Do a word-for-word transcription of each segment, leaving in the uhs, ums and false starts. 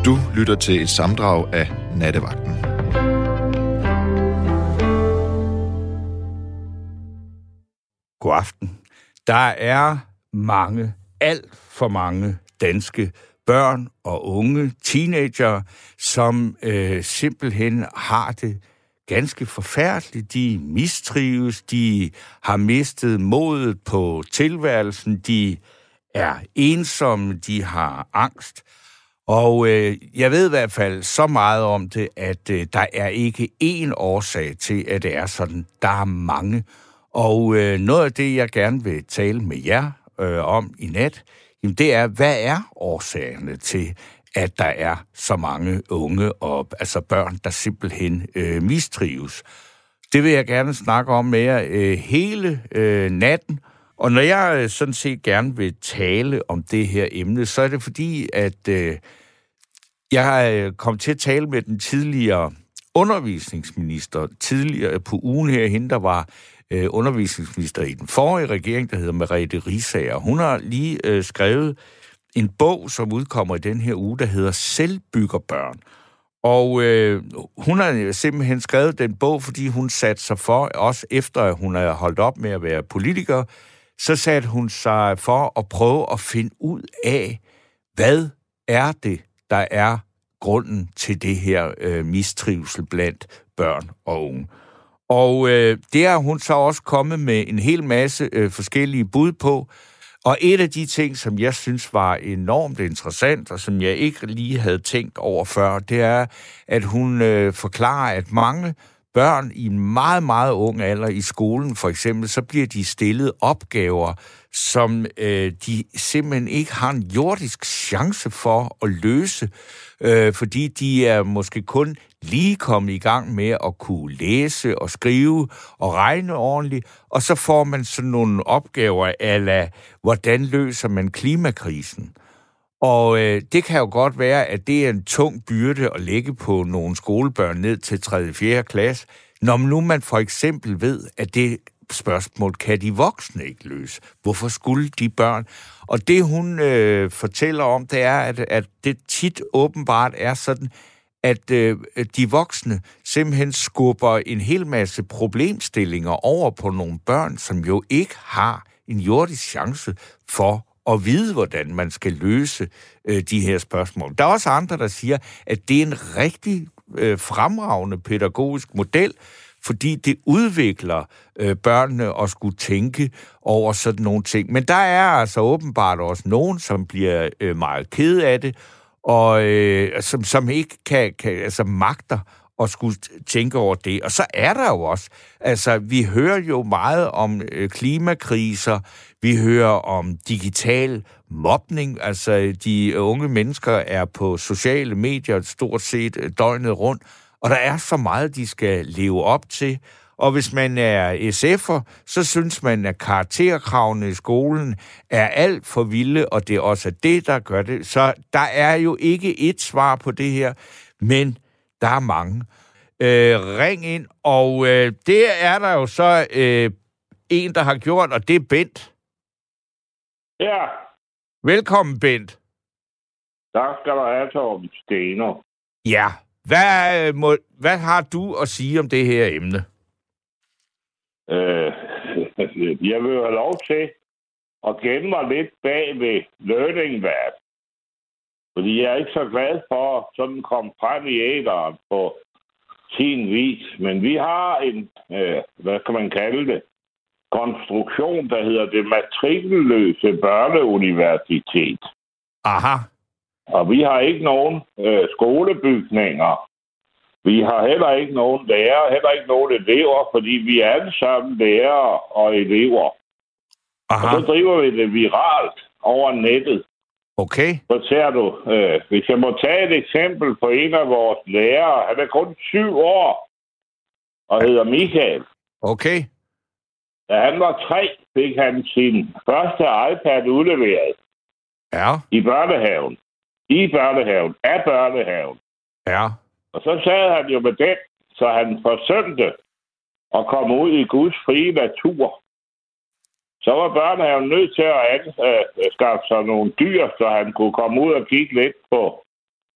Du lytter til et sammendrag af Nattevagten. God aften. Der er mange, alt for mange danske børn og unge, teenagere, som øh, simpelthen har det ganske forfærdeligt. De mistrives, de har mistet modet på tilværelsen, de er ensomme, de har angst. Og øh, jeg ved i hvert fald så meget om det, at øh, der er ikke én årsag til, at det er sådan. Der er mange. Og øh, noget af det, jeg gerne vil tale med jer øh, om i nat, jamen det er, hvad er årsagerne til, at der er så mange unge og altså børn, der simpelthen øh, mistrives. Det vil jeg gerne snakke om med jer øh, hele øh, natten. Og når jeg øh, sådan set gerne vil tale om det her emne, så er det fordi, at øh, jeg har kommet til at tale med den tidligere undervisningsminister, tidligere på ugen her, hende der var øh, undervisningsminister i den forrige regering, der hedder Merete Riisager. Hun har lige øh, skrevet en bog, som udkommer i den her uge, der hedder Selvbyggerbørn. Og øh, hun har simpelthen skrevet den bog, fordi hun satte sig for, også efter at hun er holdt op med at være politiker, så satte hun sig for at prøve at finde ud af, hvad er det, der er grunden til det her øh, mistrivsel blandt børn og unge. Og øh, det har hun så også kommet med en hel masse øh, forskellige bud på. Og et af de ting, som jeg synes var enormt interessant, og som jeg ikke lige havde tænkt over før, det er, at hun øh, forklarer, at mange børn i en meget, meget ung alder i skolen, for eksempel, så bliver de stillet opgaver, som øh, de simpelthen ikke har en jordisk chance for at løse, øh, fordi de er måske kun lige kommet i gang med at kunne læse og skrive og regne ordentligt, og så får man sådan nogle opgaver ala, hvordan løser man klimakrisen? Og øh, det kan jo godt være, at det er en tung byrde at lægge på nogle skolebørn ned til tredje og fjerde klasse, når nu man for eksempel ved, at det spørgsmål kan de voksne ikke løse. Hvorfor skulle de børn? Og det hun øh, fortæller om, det er, at, at det tit åbenbart er sådan, at øh, de voksne simpelthen skubber en hel masse problemstillinger over på nogle børn, som jo ikke har en jordisk chance for at vide, hvordan man skal løse øh, de her spørgsmål. Der er også andre, der siger, at det er en rigtig øh, fremragende pædagogisk model, fordi det udvikler øh, børnene at skulle tænke over sådan nogle ting. Men der er altså åbenbart også nogen, som bliver øh, meget ked af det, og øh, som, som ikke kan, kan altså magter at skulle tænke over det. Og så er der jo også, altså vi hører jo meget om øh, klimakriser, vi hører om digital mobning, altså de unge mennesker er på sociale medier stort set døgnet rundt, og der er så meget, de skal leve op til. Og hvis man er S F'er, så synes man, at karakterkravene i skolen er alt for vilde, og det er også det, der gør det. Så der er jo ikke et svar på det her, men der er mange. Øh, ring ind, og øh, det er der jo så øh, en, der har gjort, og det er Bent. Ja. Velkommen, Bent. Tak skal du have, Torben Stener. Ja. Hvad, må, hvad har du at sige om det her emne? Øh, jeg vil have lov til at gemme mig lidt bag ved learning-værd. Fordi jeg er ikke så glad for at sådan komme frem i æderen på sin vis. Men vi har en, øh, hvad kan man kalde det, konstruktion, der hedder det matrikelløse børneuniversitet. Aha. Og vi har ikke nogen øh, skolebygninger. Vi har heller ikke nogen lærere, heller ikke nogen elever, fordi vi er alle sammen lærere og elever. Aha. Og så driver vi det viralt over nettet. Okay. Så ser du, øh, hvis jeg må tage et eksempel på en af vores lærere. Han er kun syv år og hedder Michael. Okay. Da han var tre, fik han sin første iPad udleveret. Ja. I børnehaven. I børnehaven. Af børnehaven. Ja. Og så sad han jo med den, så han forsømte at komme ud i Guds frie natur. Så var børnehaven nødt til at anskaffe sig nogle dyr, så han kunne komme ud og kigge lidt på,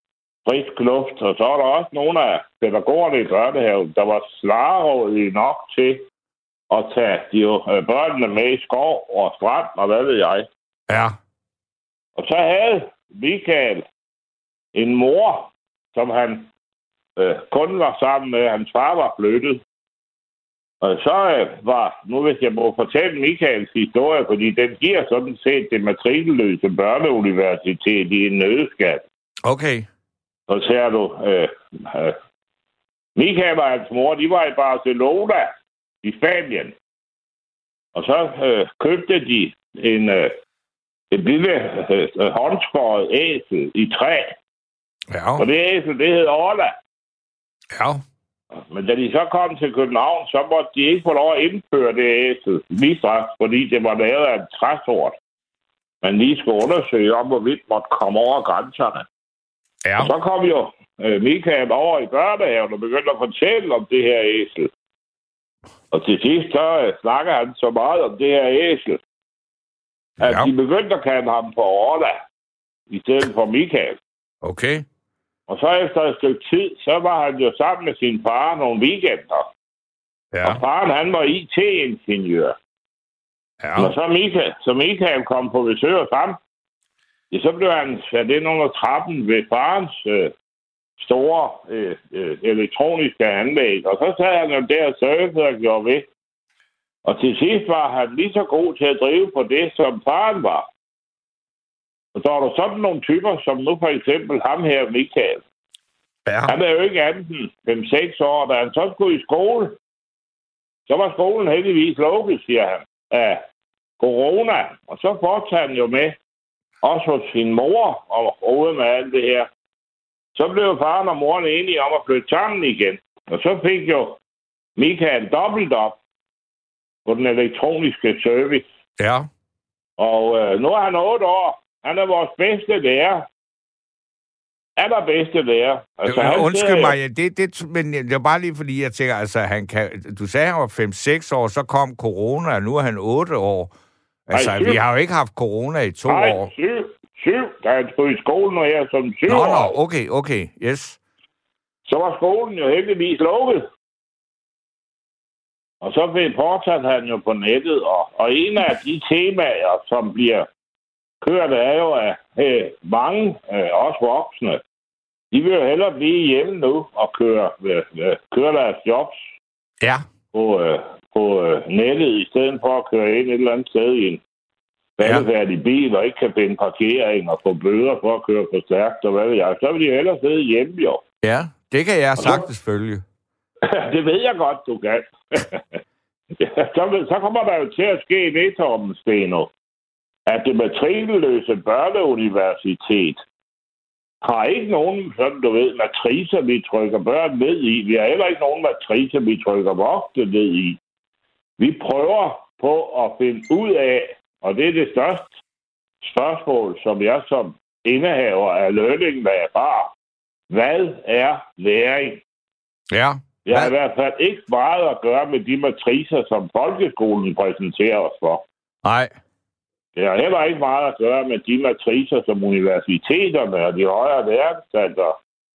frisk luft. Og så er der også nogle af pædagogerne i børnehaven, der var slagerådige nok til at tage de øh, børnene med i skov og strand, og hvad ved jeg. Ja. Og så havde Michael en mor, som han øh, kun var sammen med. Hans far var flyttet. Og så øh, var, nu hvis jeg må fortælle Michaels historie, fordi den giver sådan set det matrikelløse børneuniversitet i en nødskab. Okay. Så ser du, øh, øh, Michael og hans mor, de var i Barcelona i Spanien. Og så øh, købte de en, øh, en lille øh, håndskåret æsel i træ. Ja. Og det æsel, det hed Orla. Ja. Men da de så kom til København, så måtte de ikke få lov at indføre det æsel lige straks, fordi det var lavet af en træsort. Man lige skulle undersøge om, hvorvidt måtte komme over grænserne. Ja. Og så kom jo øh, Michael over i børnehaven og begyndte at fortælle om det her æsel. Og til sidst så øh, snakker han så meget om det her æsel, at Ja. de begyndte at kalde ham for Orla, i stedet for Michael. Okay. Og så efter et stykke tid, så var han jo sammen med sin far nogle weekender. Ja. Og faren, han var I T-ingeniør. Ja. Og så Michael, så Michael kom på besøg hos ham, ja, så blev han sat ind under trappen ved farens øh, store øh, øh, elektroniske anlæg. Og så sad han jo der og surfede og gjorde ved. Og til sidst var han lige så god til at drive på det, som faren var. Og så var der sådan nogle typer, som nu for eksempel ham her, Michael. Ja. Han er jo ikke andet end fem seks år, da han så skulle i skole. Så var skolen heldigvis lukket, siger han, af corona. Og så fortsatte han jo med, også hos sin mor, og råde med alt det her. Så blev faren og moren enige om at flytte sammen igen. Og så fik jo Michael dobbelt op på den elektroniske service. Ja. Og øh, nu er han otte år. Han er vores bedste lærer. Allerbedste lærer. Altså, han undskyld sidder- mig, det, det, men det var bare lige fordi, jeg tænker, altså, han kan, du sagde, han var fem seks år, så kom corona, og nu er han otte år. Altså, Nej, syv. vi har jo ikke haft corona i to Nej, år. syv. Syv. Da han skulle i skolen, og jeg som syv Nå, år. nå, okay, okay, yes. Så var skolen jo heldigvis lukket. Og så blev fortsat han jo på nettet, og, og en af de temaer, som bliver kørt, er jo af øh, mange, øh, også voksne. De vil jo hellere blive hjemme nu og køre, øh, øh, køre deres jobs Ja. på, øh, på øh, nettet, i stedet for at køre ind et eller andet sted i en faldefærdig bil, og ikke kan finde parkering og få bøder for at køre for stærkt, og hvad ved jeg. Så vil de hellere sidde hjemme, jo. Ja, det kan jeg Og så- sagtens følge. Det ved jeg godt, du kan. Ja, så, så kommer der jo til at ske det, Torben Steno, at det matrikelløse børneuniversitet har ikke nogen, sådan du ved, matricer, vi trykker børn ned i. Vi har heller ikke nogen matricer, vi trykker voksne ned i. Vi prøver på at finde ud af, og det er det største spørgsmål, som jeg som indehaver af Learning Lab har. Hvad er læring? Ja. Jeg har i Hvad? hvert fald ikke meget at gøre med de matricer, som folkeskolen præsenterer os for. Nej. Det har heller ikke meget at gøre med de matricer, som universiteterne og de højere læreanstalter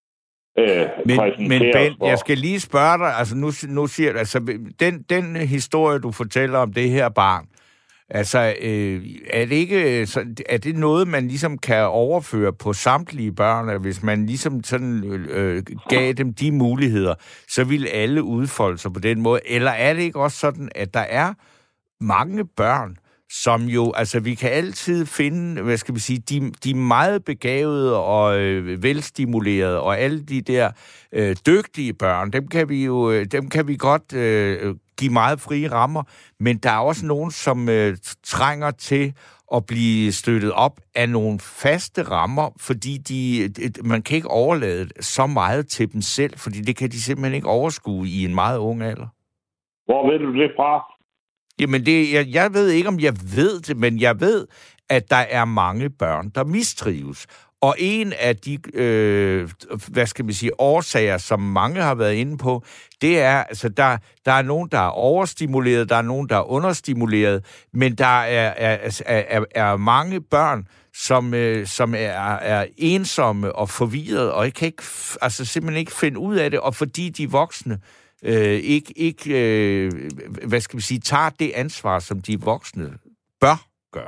øh, Men, præsenterer men os Ben, for. jeg skal lige spørge dig, altså nu, nu siger du, altså den, den historie, du fortæller om det her barn, altså øh, er det ikke, så, er det noget, man ligesom kan overføre på samtlige børn, at hvis man ligesom sådan øh, gav dem de muligheder, så ville alle udfolde sig på den måde, eller er det ikke også sådan, at der er mange børn, som jo, altså vi kan altid finde, hvad skal vi sige, de, de er meget begavede og øh, velstimulerede, og alle de der øh, dygtige børn, dem kan vi jo, øh, dem kan vi godt øh, give meget frie rammer, men der er også nogen, som øh, trænger til at blive støttet op af nogle faste rammer, fordi de, man kan ikke overlade så meget til dem selv, fordi det kan de simpelthen ikke overskue i en meget ung alder. Hvor ved du det fra? Jamen, det, jeg, jeg ved ikke, om jeg ved det, men jeg ved, at der er mange børn, der mistrives. Og en af de, øh, hvad skal man sige, årsager, som mange har været inde på, det er, altså, der, der er nogen, der er overstimuleret, der er nogen, der er understimuleret, men der er, er, er, er mange børn, som, øh, som er, er ensomme og forvirrede, og jeg kan ikke, altså simpelthen ikke finde ud af det, og fordi de voksne øh, ikke, ikke øh, hvad skal vi sige, tager det ansvar, som de voksne bør gøre.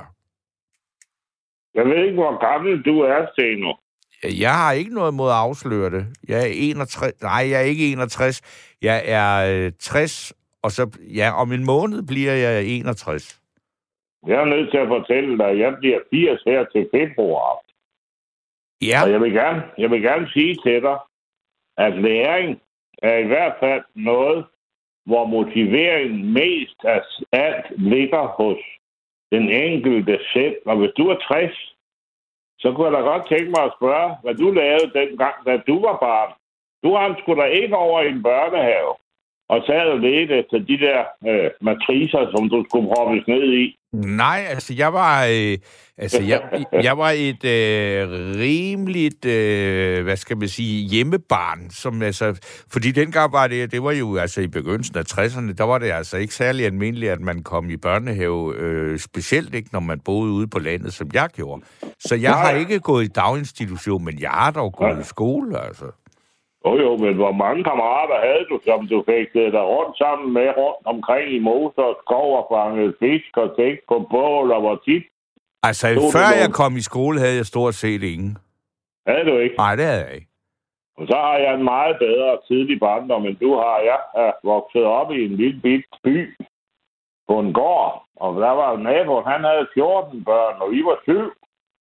Jeg ved ikke, hvor gammel du er, Steno. Jeg har ikke noget mod at afsløre det. Jeg er enogtres. Nej, jeg er ikke enogtres. Jeg er øh, tres, og så ja, om en måned bliver jeg enogtres. Jeg er nødt til at fortælle dig, at jeg bliver firs her til februar. Ja. Og jeg vil gerne, jeg vil gerne sige til dig, at læring er i hvert fald noget, hvor motiveringen mest af alt ligger hos den enkelte selv. Og hvis du er tres, så kunne jeg da godt tænke mig at spørge, hvad du lavede dengang, da du var barn. Du har sgu da ikke over i en børnehave og taget og ledte efter de der øh, matricer, som du skulle proppes ned i. Nej, altså jeg var, øh, altså jeg, jeg var et øh, rimeligt, øh, hvad skal man sige, hjemmebarn, som altså, fordi dengang var det, det var jo altså i begyndelsen af tresserne, der var det altså ikke særlig almindeligt, at man kom i børnehave, øh, specielt ikke, når man boede ude på landet, som jeg gjorde. Så jeg Nej. har ikke gået i daginstitution, men jeg har dog gået Nej. i skole, altså. Jo jo, men hvor mange kammerater havde du, som du fik der rundt sammen med rundt omkring i moser og skov og fangede fisk og tænkte på bål, og hvor tit? Altså, før jeg kom i skole, havde jeg stort set ingen. Havde du ikke? Nej, det havde jeg ikke. Og så har jeg en meget bedre tidlig barndom, end du har. Jeg er vokset op i en lille bit by på en gård, og der var naboen, han havde fjorten børn, og vi var syv.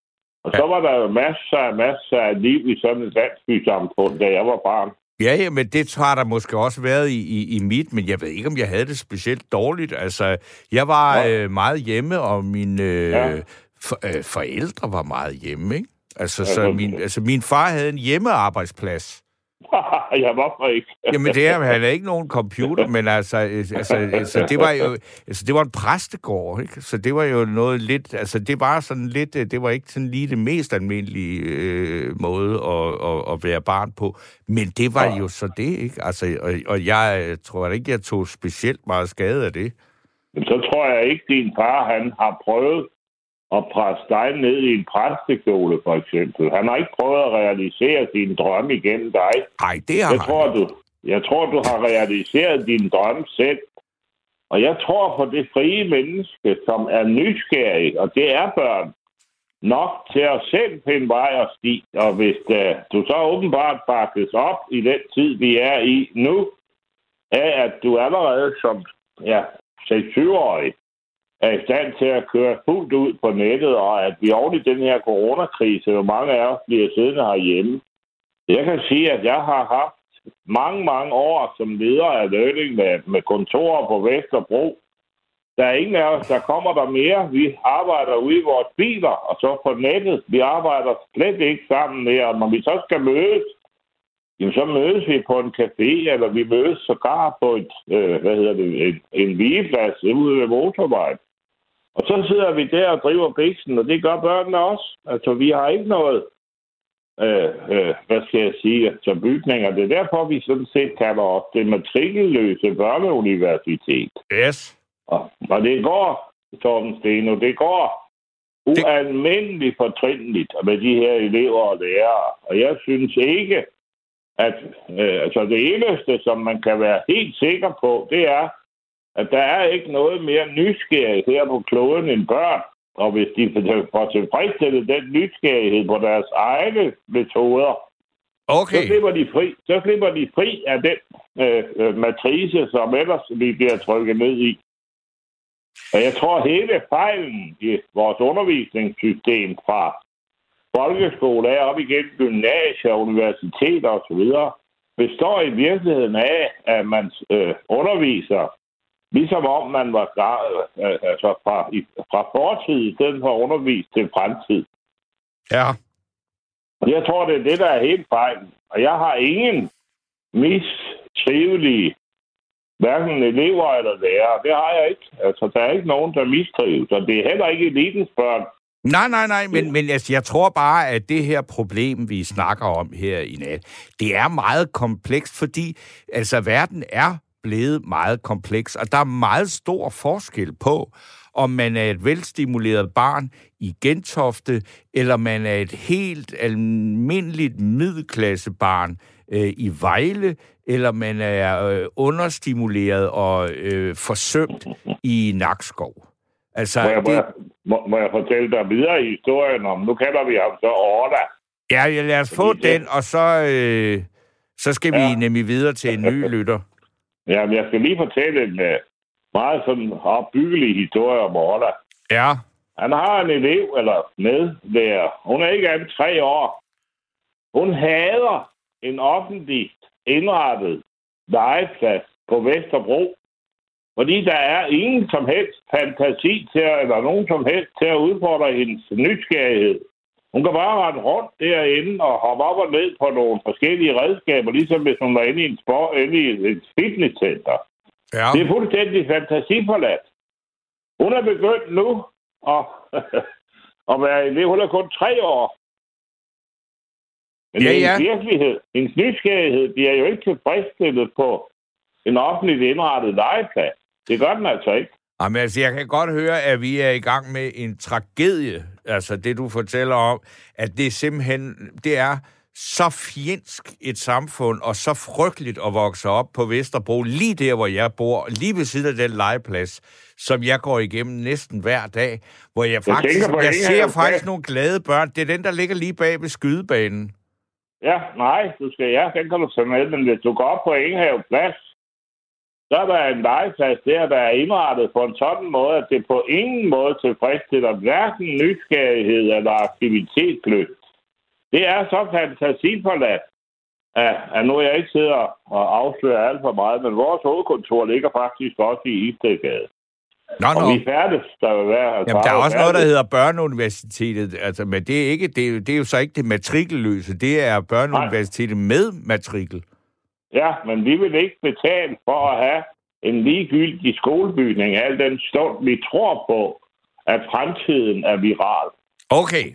Og så var der jo masser og masser af liv i sådan et landsbysamfund, da jeg var barn. Ja, ja, men det har der måske også været i, i, i mit, men jeg ved ikke, om jeg havde det specielt dårligt. Altså, jeg var ja. øh, meget hjemme, og mine øh, ja. for, øh, forældre var meget hjemme, ikke? Altså, ja, så min, altså, min far havde en hjemmearbejdsplads. Ja, hvorfor ikke? Jamen, det er, han havde ikke nogen computer, men altså, altså, altså, det var jo, altså, det var en præstegård, ikke? Så det var jo noget lidt, altså, det var sådan lidt, det var ikke sådan lige det mest almindelige øh, måde at, at, at være barn på, men det var ja. jo så det, ikke? Altså, og, og jeg tror ikke, jeg tog specielt meget skade af det. Så tror jeg ikke, din far, han har prøvet at presse dig ned i en præstekjole, for eksempel. Han har ikke prøvet at realisere sin drøm igennem dig. Nej, det har jeg tror, han. du, jeg tror, du har realiseret din drøm selv. Og jeg tror på det frie menneske, som er nysgerrig, og det er børn, nok til at selv finde vej og sti. Og hvis uh, du så åbenbart bakkes op i den tid, vi er i nu, af at du allerede som ja, seks-syv-årig er i stand til at køre fuldt ud på nettet, og at vi oven i den her coronakrise, hvor mange af os bliver siddende herhjemme. Jeg kan sige, at jeg har haft mange, mange år som leder af Learning med, med kontorer på Vesterbro. Der er ingen af os, der kommer der mere. Vi arbejder ude i vores biler, og så på nettet. Vi arbejder slet ikke sammen mere. Og når vi så skal mødes, jamen, så mødes vi på en café, eller vi mødes sågar på et, øh, hvad hedder det, en, en vigeplads ude ved motorvejen. Og så sidder vi der og driver biksen, og det gør børnene også. Altså, vi har ikke noget, øh, øh, hvad skal jeg sige, altså bygninger. Det er derfor, vi sådan set kalder os det matrikelløse børneuniversitet. Yes. Og, og det går, Torben Steno, det går ualmindeligt fortrindeligt med de her elever og lærere. Og jeg synes ikke, at øh, altså det eneste, som man kan være helt sikker på, det er, at der er ikke noget mere nysgerrighed her på kloden end børn. Og hvis de får tilfredsstillet den nysgerrighed på deres egne metoder, okay. så slipper de fri, så slipper de fri af den øh, matrice, som ellers vi bliver trykket ned i. Og jeg tror, hele fejlen i vores undervisningssystem fra folkeskole er op igennem gymnasier, universiteter osv., består i virkeligheden af, at man øh, underviser, ligesom om man var øh, altså fra, i, fra fortid, i stedet for at undervise til fremtid. Ja. Og jeg tror, det er det, der er helt fejlen. Og jeg har ingen mistrivelige, hverken elever eller lærere. Det har jeg ikke. Altså, der er ikke nogen, der mistrives. Og det er heller ikke elitens børn. Nej, nej, nej, men, men altså, jeg tror bare, at det her problem, vi snakker om her i nat, det er meget komplekst, fordi altså, verden er blevet meget kompleks, og der er meget stor forskel på, om man er et velstimuleret barn i Gentofte, eller man er et helt almindeligt middelklassebarn øh, i Vejle, eller man er øh, understimuleret og øh, forsømt i Nakskov. Altså, må, jeg, det... må, jeg, må, må jeg fortælle dig videre i historien om, nu kalder vi ham så Orla. Ja, lad os få den, og så, øh, så skal ja. vi nemlig videre til en ny lytter. Ja, men jeg skal lige fortælle en uh, meget sådan opbyggelig historie om Orla. Ja. Han har en elev, eller medlærer. Hun er ikke andet tre år. Hun hader en offentlig indrettet legeplads på Vesterbro, fordi der er ingen som helst fantasi til, eller nogen som helst til at udfordre hendes nysgerrighed. Hun kan bare rende rundt derinde og hoppe op og ned på nogle forskellige redskaber, ligesom hvis hun var inde i en sport, inde i et fitnesscenter. Ja. Det er fuldstændig fantasiforladt. Hun er begyndt nu at, at være elev. Hun er kun tre år. Men ja, ja. i virkelighed, hendes nysgerrighed bliver jo ikke tilfredsstillet på en offentligt indrettet legeplads. Det gør den altså ikke. Jamen, altså, jeg kan godt høre, at vi er i gang med en tragedie. Altså, det du fortæller om, at det simpelthen, det er så fjendsk et samfund, og så frygteligt at vokse op på Vesterbro, lige der, hvor jeg bor, lige ved siden af den legeplads, som jeg går igennem næsten hver dag, hvor jeg faktisk, jeg, jeg ser faktisk nogle glade børn. Det er den, der ligger lige bag ved skydebanen. Ja, nej, du skal, ja, den kan du tage med, men hvis du går op på Engehave Plads, så er der en legeplads der, der er indrettet på en sådan måde, at det på ingen måde tilfredsstiller hverken nysgerrighed eller aktivitetslyst. Det er så fantasiforladt, at, at nu jeg ikke sidder og afslører alt for meget, men vores hovedkontor ligger faktisk også i Istedgade. Nå, og nå. vi færdes, der vil være... Altså, Jamen, der er også noget, der hedder Børneuniversitetet, altså, men det er, ikke, det, er, det er jo så ikke det matrikelløse, det er Børneuniversitetet med matrikel. Ja, men vi vil ikke betale for at have en ligegyldig skolebygning, al den stund, vi tror på, at fremtiden er viral. Okay.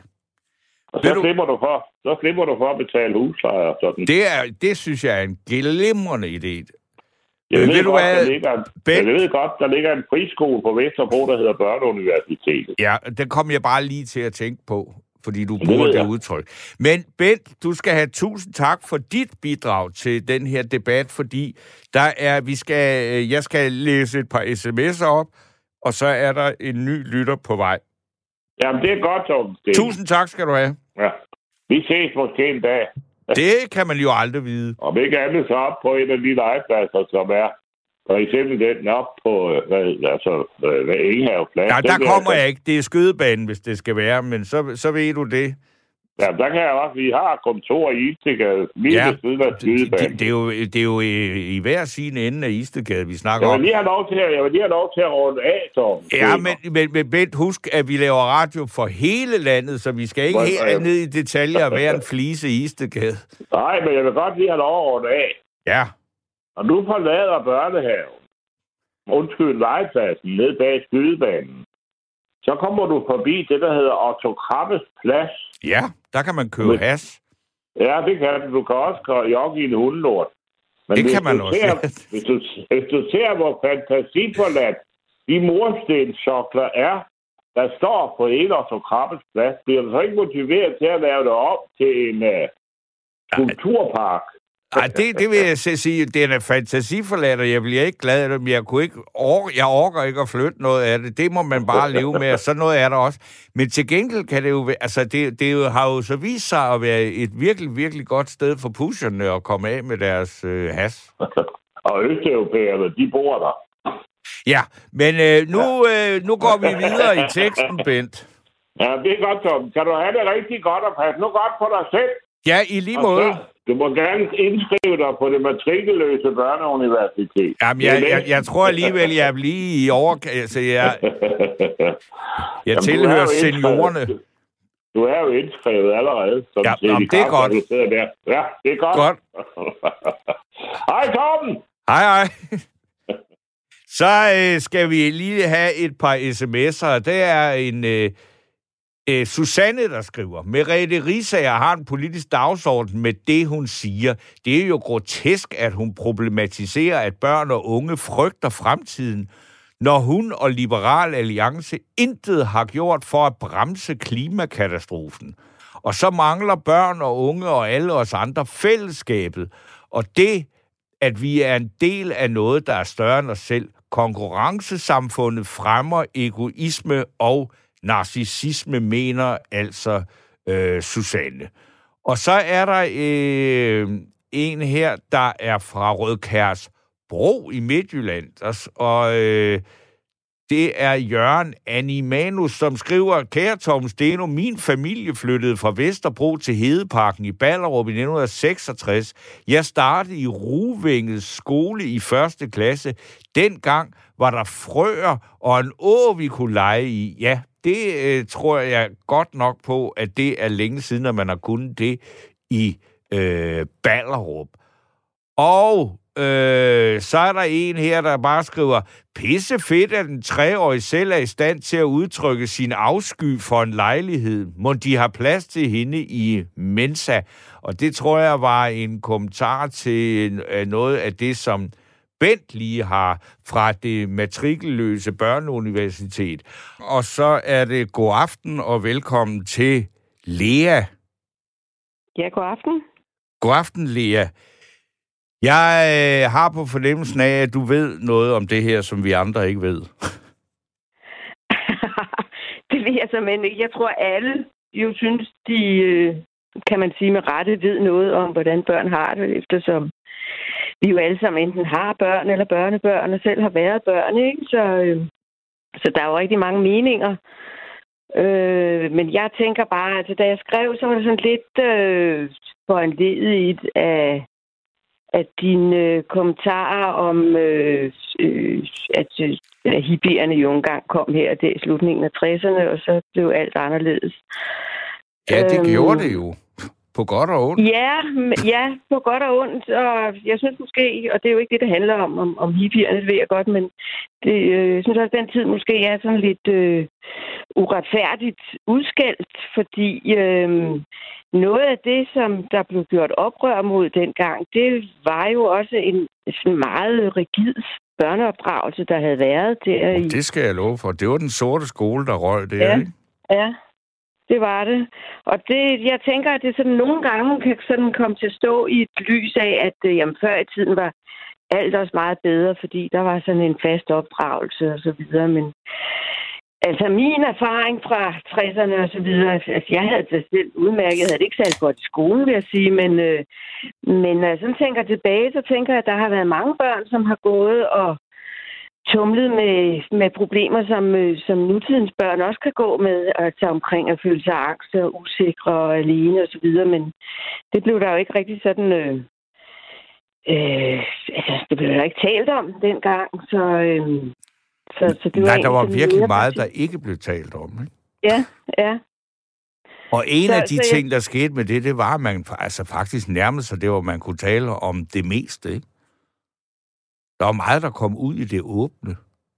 Og så slipper, du for, så slipper du for at betale husleje og sådan. Det, er, det synes jeg er en glimrende idé. Jeg ved, ved, godt, der ligger, jeg ved godt, der ligger en friskole på Vesterbro, der hedder Børneuniversitetet. Ja, den kom jeg bare lige til at tænke på, fordi du bruger det, det udtryk. Men Bent, du skal have tusind tak for dit bidrag til den her debat, fordi der er, vi skal, jeg skal læse et par sms'er op, og så er der en ny lytter på vej. Jamen, det er godt, Tom. Tusind tak skal du have. Ja. Vi ses måske en dag. Det kan man jo aldrig vide. Om ikke andet så op på en af de legepladser, som er for eksempel den op på hvad, altså, hvad Engehave Plads. Ja, der kommer der, jeg ikke. Det er skydebanen, hvis det skal være, men så, så ved du det. Ja, der kan jeg også. Vi har kontor i Istedgade, lige ja, ved siden af skydebanen. Det, det, er jo, det er jo i, i hver sin ende af Istedgade, vi snakker jeg om. Lige have lov til at, jeg vil lige have lov til at runde af, Tom. Ja, men, men, men Bent, husk, at vi laver radio for hele landet, så vi skal ikke Hvor, helt øh... ned i detaljer af hver en flise i Istedgade. Nej, men jeg vil godt lige have lov at runde af. Ja. Og nu forlader børnehaven, undskyld, legepladsen ned bag skydebanen, så kommer du forbi det, der hedder Otto Krabbes Plads. Ja, der kan man købe has. Ja, det kan du. Du kan også jogge i en hundelort. Men det kan man også. Ser, hvis, du, hvis du ser, hvor fantasiforladt de murstenssokler er, der står på en Otto Krabbes Plads, bliver du så ikke motiveret til at lave det op til en uh, skulpturpark? Nej, det, det vil jeg sige, det er fantasiforladt, og jeg bliver ikke glad af det, men jeg, kunne ikke orke, jeg orker ikke at flytte noget af det. Det må man bare leve med, og sådan noget er der også. Men til gengæld kan det jo være, altså det, det har jo så vist sig at være et virkelig, virkelig godt sted for pusherne at komme af med deres øh, has. Og østeuropæerne, de bor der. Ja, men øh, nu, øh, nu går vi videre i teksten, Bent. Ja, det er godt, Tom. Kan du have det rigtig godt og passe nu godt på dig selv? Ja, i lige måde. Du må gerne indskrive dig på det matrikelløse børneuniversitet. Jamen, jeg, jeg, jeg tror alligevel, jeg er lige i over... Altså, jeg, jeg Jamen, tilhører seniorerne. Du, du er jo indskrevet allerede. Som ja, jamen, det er godt. Der. Ja, det er godt. Godt. Hej, Torben! Hej, hej. Så øh, skal vi lige have et par sms'er. Det er en... Øh, Øh, Susanne, der skriver, Merete Riisager har en politisk dagsorden med det, hun siger. Det er jo grotesk, at hun problematiserer, at børn og unge frygter fremtiden, når hun og Liberal Alliance intet har gjort for at bremse klimakatastrofen. Og så mangler børn og unge og alle os andre fællesskabet. Og det, at vi er en del af noget, der er større end os selv. Konkurrencesamfundet fremmer egoisme og narcissisme, mener altså øh, Susanne. Og så er der øh, en her, der er fra Rødkærsbro i Midtjylland. Og, og øh, det er Jørgen Animanus, som skriver: Kære Tom Steno, min familie flyttede fra Vesterbro til Hedeparken i Ballerup i nitten seksogtres. Jeg startede i Ruvænget skole i første klasse. Dengang var der frøer og en å, vi kunne lege i. Ja, det øh, tror jeg godt nok på, at det er længe siden, at man har kunnet det i øh, Ballerup. Og øh, så er der en her, der bare skriver: pisse fedt, at den treårige selv er i stand til at udtrykke sin afsky for en lejlighed. Må de har plads til hende i Mensa? Og det tror jeg var en kommentar til noget af det, som Bent lige har fra det matrikelløse børneuniversitet. Og så er det god aften og velkommen til Lea. Ja, god aften. God aften, Lea. Jeg øh, har på fornemmelsen af, at du ved noget om det her, som vi andre ikke ved. Det ved jeg simpelthen ikke. Jeg tror, alle jo synes, de, øh, kan man sige med rette, ved noget om, hvordan børn har det, eftersom vi jo alle sammen enten har børn eller børnebørn, og selv har været børn, ikke? Så, øh, så der er jo rigtig mange meninger. Øh, men jeg tænker bare, at da jeg skrev, så var det sådan lidt øh, foranlediget af at dine øh, kommentarer om, øh, øh, at, øh, at hippierne jo engang kom her der i slutningen af tresserne, og så blev alt anderledes. Ja, det øhm, gjorde det jo. På godt og ondt. Ja, ja, på godt og ondt. Og jeg synes måske, og det er jo ikke det, det handler om, om, om hippierne, det ved jeg godt, men det, øh, jeg synes også, at den tid måske er sådan lidt øh, uretfærdigt udskældt, fordi øh, noget af det, som der blev gjort oprør mod dengang, det var jo også en sådan meget rigid børneopdragelse, der havde været der i... Det skal jeg love for. Det var den sorte skole, der røg der, ja, ikke? Ja, det var det. Og det, jeg tænker, at det sådan nogle gange kan sådan komme til at stå i et lys af, at øh, jamen, før i tiden var alt også meget bedre, fordi der var sådan en fast opdragelse og så videre. Men altså min erfaring fra tresserne og så videre, altså jeg havde det selv udmærket, jeg havde det ikke særlig godt i skolen, vil jeg sige, men, øh, men når jeg sådan tænker tilbage, så tænker jeg, at der har været mange børn, som har gået og tumlet med, med problemer, som, øh, som nutidens børn også kan gå med, altså omkring at føle sig angst og usikre og alene og så videre, men det blev der jo ikke rigtig sådan, øh, øh, altså det blev der ikke talt om dengang, så, øh, så, så det var... Nej, der var virkelig meget, der ikke blev talt om, ikke? Ja, ja. Og en så, af de så ting, der skete med det, det var, at man altså faktisk nærmede sig det, hvor man kunne tale om det meste, ikke? Der var meget, der kom ud i det åbne.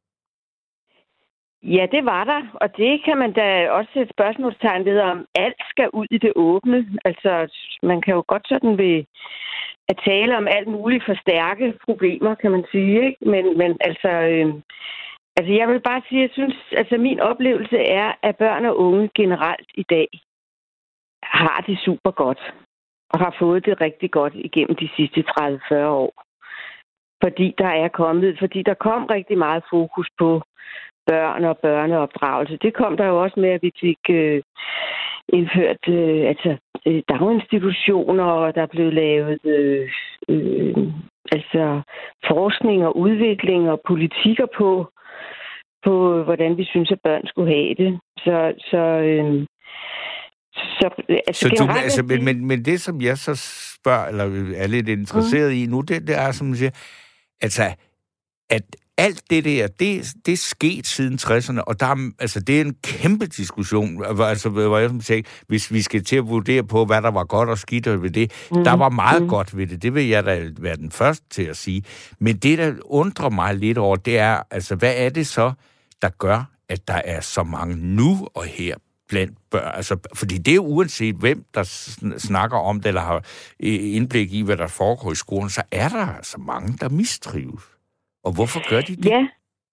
Ja, det var der. Og det kan man da også sætte spørgsmålstegn ved, om alt skal ud i det åbne. Altså, man kan jo godt sådan ved at tale om alt muligt forstærke problemer, kan man sige, ikke? Men, men altså, øh, altså, jeg vil bare sige, jeg synes, altså min oplevelse er, at børn og unge generelt i dag har det super godt. Og har fået det rigtig godt igennem de sidste tredive til fyrre år. Fordi der er kommet, fordi der kom rigtig meget fokus på børn og børneopdragelse. Det kom der jo også med, at vi fik øh, indført øh, altså, øh, daginstitutioner, og der blev lavet øh, øh, altså, forskning og udvikling og politikker på, på, hvordan vi synes, at børn skulle have det. Så, så øh, Så, altså, så du, altså, men, men, men det, som jeg så spørger, eller er lidt interesseret mm. i nu, det, det er, som man siger, altså, at alt det der, det, det er sket siden tresserne, og der er, altså, det er en kæmpe diskussion, altså, hvor jeg som siger, hvis vi skal til at vurdere på, hvad der var godt og skidt ved det, mm. der var meget mm. godt ved det, det vil jeg da være den første til at sige. Men det, der undrer mig lidt over, det er, altså, hvad er det så, der gør, at der er så mange nu og her blandt børn, altså, fordi det er uanset hvem, der snakker om det, eller har indblik i, hvad der foregår i skolen, så er der altså mange, der mistrives. Og hvorfor gør de det? Ja,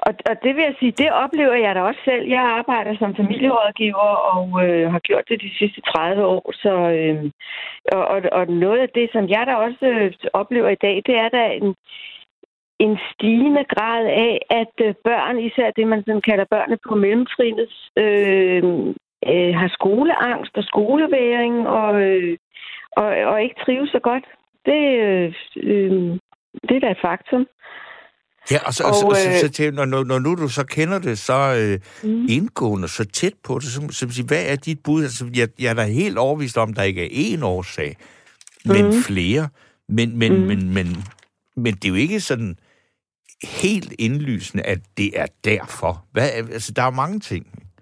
Og, og det vil jeg sige, det oplever jeg da også selv. Jeg arbejder som familierådgiver og øh, har gjort det de sidste tredive år. Så, øh, og, og, og noget af det, som jeg da også øh, oplever i dag, det er da en, en stigende grad af, at øh, børn, især det, man sådan kalder børnene på mellemtrinnet, øh, øh, har skoleangst og skoleværing og, øh, og, og ikke trives så godt. Det, øh, øh, det er da et faktum. Ja, og så, og, og, så, så, så når, når nu du så kender det så øh, mm. indgående, så tæt på det, så, så, så hvad er dit bud? Altså, jeg, jeg er da helt overbevist om, at der ikke er én årsag, men mm. flere. Men, men, mm. men, men, men det er jo ikke sådan helt indlysende, at det er derfor. Hvad, altså, der er mange ting.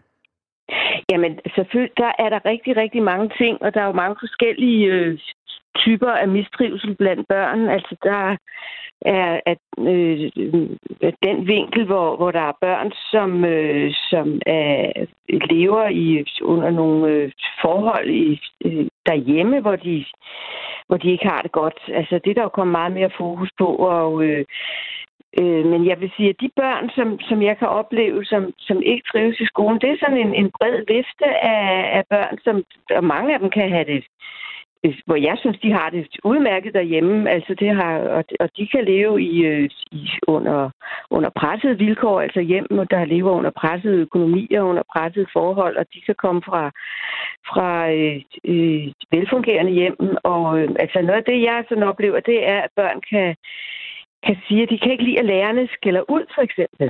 Jamen, selvfølgelig, der er der rigtig, rigtig mange ting, og der er jo mange forskellige øh, typer af mistrivsel blandt børn. Altså, der er at, øh, den vinkel, hvor, hvor der er børn, som, øh, som er, lever i under nogle øh, forhold i, øh, derhjemme, hvor de, hvor de ikke har det godt. Altså, det er der jo kommet meget mere fokus på, og øh, øh, men jeg vil sige, at de børn, som, som jeg kan opleve, som, som ikke trives i skolen, det er sådan en, en bred vifte af, af børn, som, og mange af dem kan have det, hvor jeg synes, de har det udmærket derhjemme. Altså det har, og, og de kan leve i, i under, under pressede vilkår, altså hjem, der lever under pressede økonomier, under pressede forhold, og de kan komme fra, fra øh, øh, velfungerende hjem. Og øh, altså noget af det, jeg sådan oplever, det er, at børn kan, kan sige, at de kan ikke lide, at lærerne skælder ud, for eksempel.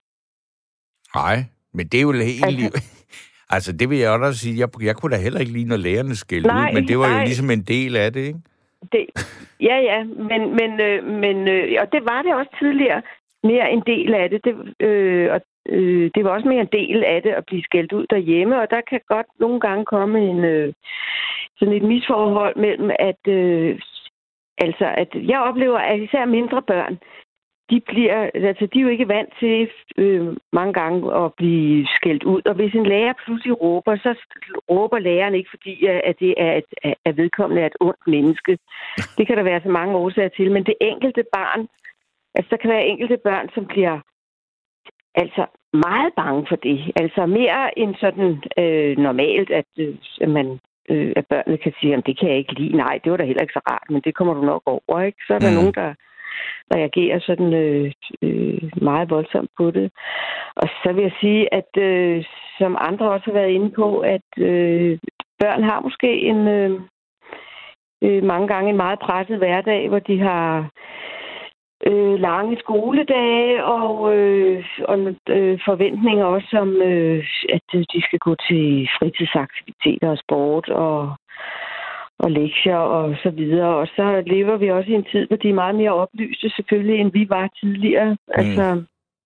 Nej, men det er jo egentlig... Altså, Altså, det vil jeg også sige. Jeg, jeg kunne da heller ikke lide, når lærerne skældte ud, men det var nej. jo ligesom en del af det, ikke? Det, ja, ja, men, men, øh, men øh, og det var det også tidligere mere en del af det. Det, øh, og, øh, det var også mere en del af det at blive skældt ud derhjemme, og der kan godt nogle gange komme en, øh, sådan et misforhold mellem, at, øh, altså, at jeg oplever, at især mindre børn, De, bliver, altså, de er jo ikke vant til øh, mange gange at blive skældt ud. Og hvis en lærer pludselig råber, så råber læreren ikke, fordi at det er et, at vedkommende er et ondt menneske. Det kan der være så mange årsager til. Men det enkelte barn, altså der kan være enkelte børn, som bliver altså meget bange for det. Altså mere end sådan øh, normalt, at, øh, at man øh, at børnene kan sige, at det kan jeg ikke lide. Nej, det var da heller ikke så rart, men det kommer du nok over, ikke? Så er der mm. nogen, der reagerer sådan øh, øh, meget voldsomt på det. Og så vil jeg sige, at øh, som andre også har været inde på, at øh, børn har måske en øh, øh, mange gange en meget presset hverdag, hvor de har øh, lange skoledage og, øh, og øh, forventninger også om, øh, at de skal gå til fritidsaktiviteter og sport og og lektier og så videre. Og så lever vi også i en tid, hvor de er meget mere oplyste selvfølgelig, end vi var tidligere. Mm. Altså,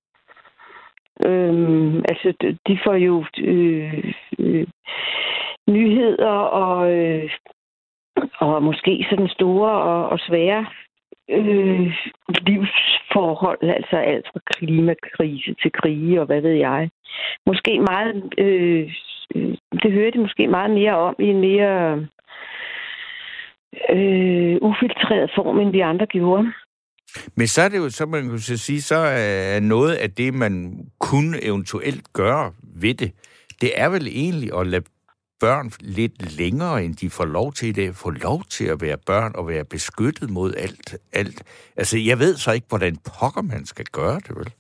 øhm, altså, de får jo øh, øh, nyheder og, øh, og måske sådan store og, og svære øh, livsforhold, altså alt fra klimakrise til krige og hvad ved jeg. Måske meget, øh, det hører de måske meget mere om i en mere Øh, ufiltreret form, end vi andre gjorde. Men så er det jo, så man kan sige, så er noget af det, man kunne eventuelt gøre ved det, det er vel egentlig at lade børn lidt længere, end de får lov til det, få lov til at være børn og være beskyttet mod alt. alt. Altså, jeg ved så ikke, hvordan pokker man skal gøre det, vel?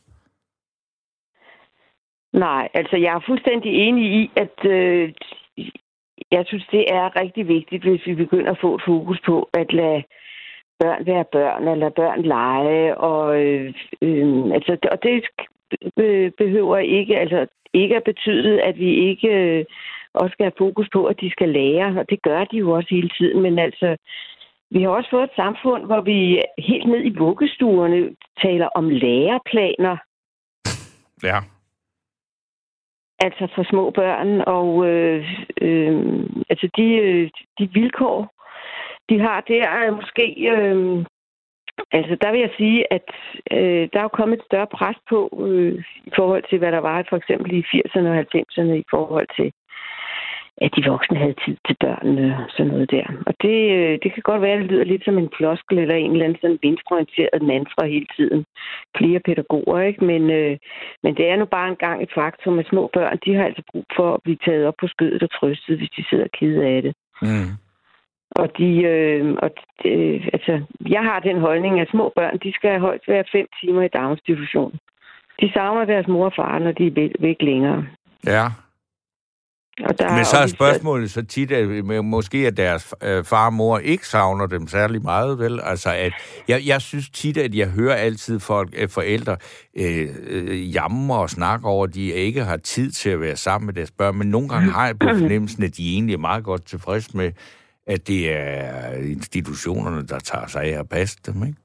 Nej, altså, jeg er fuldstændig enig i, at øh, jeg synes, det er rigtig vigtigt, hvis vi begynder at få et fokus på at lade børn være børn, og lade børn lege. Og, øh, øh, altså, og det behøver ikke, altså, ikke at betyde, at vi ikke øh, også skal have fokus på, at de skal lære. Og det gør de jo også hele tiden. Men altså, vi har også fået et samfund, hvor vi helt ned i vuggestuerne taler om læreplaner. Ja. Altså for små børn, og øh, øh, altså de, de vilkår, de har der, er måske... Øh, altså der vil jeg sige, at øh, der er jo kommet et større pres på øh, i forhold til, hvad der var for eksempel i firserne og halvfemserne i forhold til, at de voksne havde tid til børnene og sådan noget der. Og det, det kan godt være, at det lyder lidt som en floskel eller en eller anden sådan venstreorienteret mantra hele tiden. Flere pædagoger, ikke? Men, øh, men det er nu bare engang et faktum, at små børn, de har altså brug for at blive taget op på skødet og trøstet, hvis de sidder kede af det. Mm. Og de, øh, og øh, altså, jeg har den holdning, at små børn, de skal højst være fem timer i daginstitution. De savner deres mor og far, når de er væk længere. Ja. Og der Men så er spørgsmålet så tit, at måske at deres øh, far og mor ikke savner dem særlig meget, vel? Altså, at jeg, jeg synes tit, at jeg hører altid folk, øh, forældre øh, øh, jammer og snakke over, at de ikke har tid til at være sammen med deres børn, men nogle gange har jeg på fornemmelsen, at de egentlig er meget godt tilfreds med, at det er institutionerne, der tager sig af at passe dem, ikke?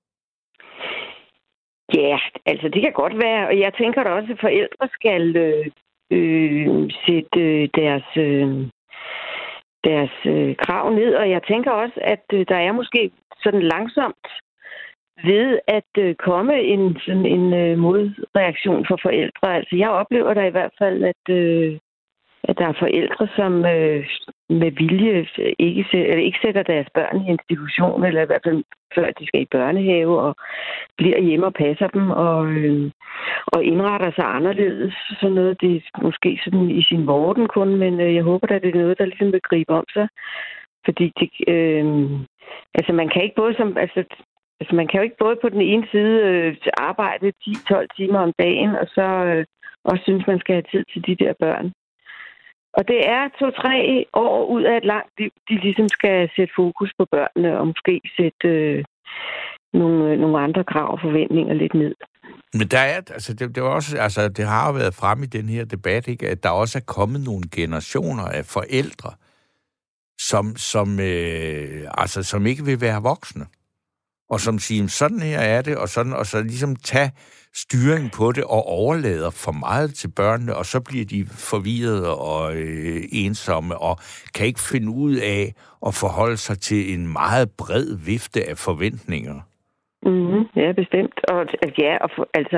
Ja, altså det kan godt være, og jeg tænker da også, at forældre skal øh, øh, sætte øh, deres, øh, deres øh, krav ned, og jeg tænker også, at øh, der er måske sådan langsomt ved at øh, komme en, sådan en øh, modreaktion for forældre. Altså jeg oplever da i hvert fald, at øh, at der er forældre, som øh, med vilje ikke, eller ikke sætter deres børn i institution, eller i hvert fald før de skal i børnehave, og bliver hjemme og passer dem, og, øh, og indretter sig anderledes. Sådan noget, det er måske sådan i sin vorden kun, men øh, jeg håber, at det er noget, der ligesom vil gribe om sig. Fordi det, øh, altså man kan ikke både som... Altså, Altså, man kan jo ikke både på den ene side øh, arbejde ti til tolv timer om dagen, og så øh, også synes, man skal have tid til de der børn. Og det er to-tre år ud af et langt liv, de ligesom skal sætte fokus på børnene, og måske sætte øh, nogle, nogle andre krav og forventninger lidt ned. Men der er, altså det, det, var også, altså det har jo været frem i den her debat, ikke, at der også er kommet nogle generationer af forældre, som, som, øh, altså, som ikke vil være voksne. Og som siger, sådan her er det, og, sådan, og så ligesom tage styring på det og overlader for meget til børnene, og så bliver de forvirrede og øh, ensomme, og kan ikke finde ud af at forholde sig til en meget bred vifte af forventninger. Mm-hmm, ja, bestemt. Og ja, og for, altså,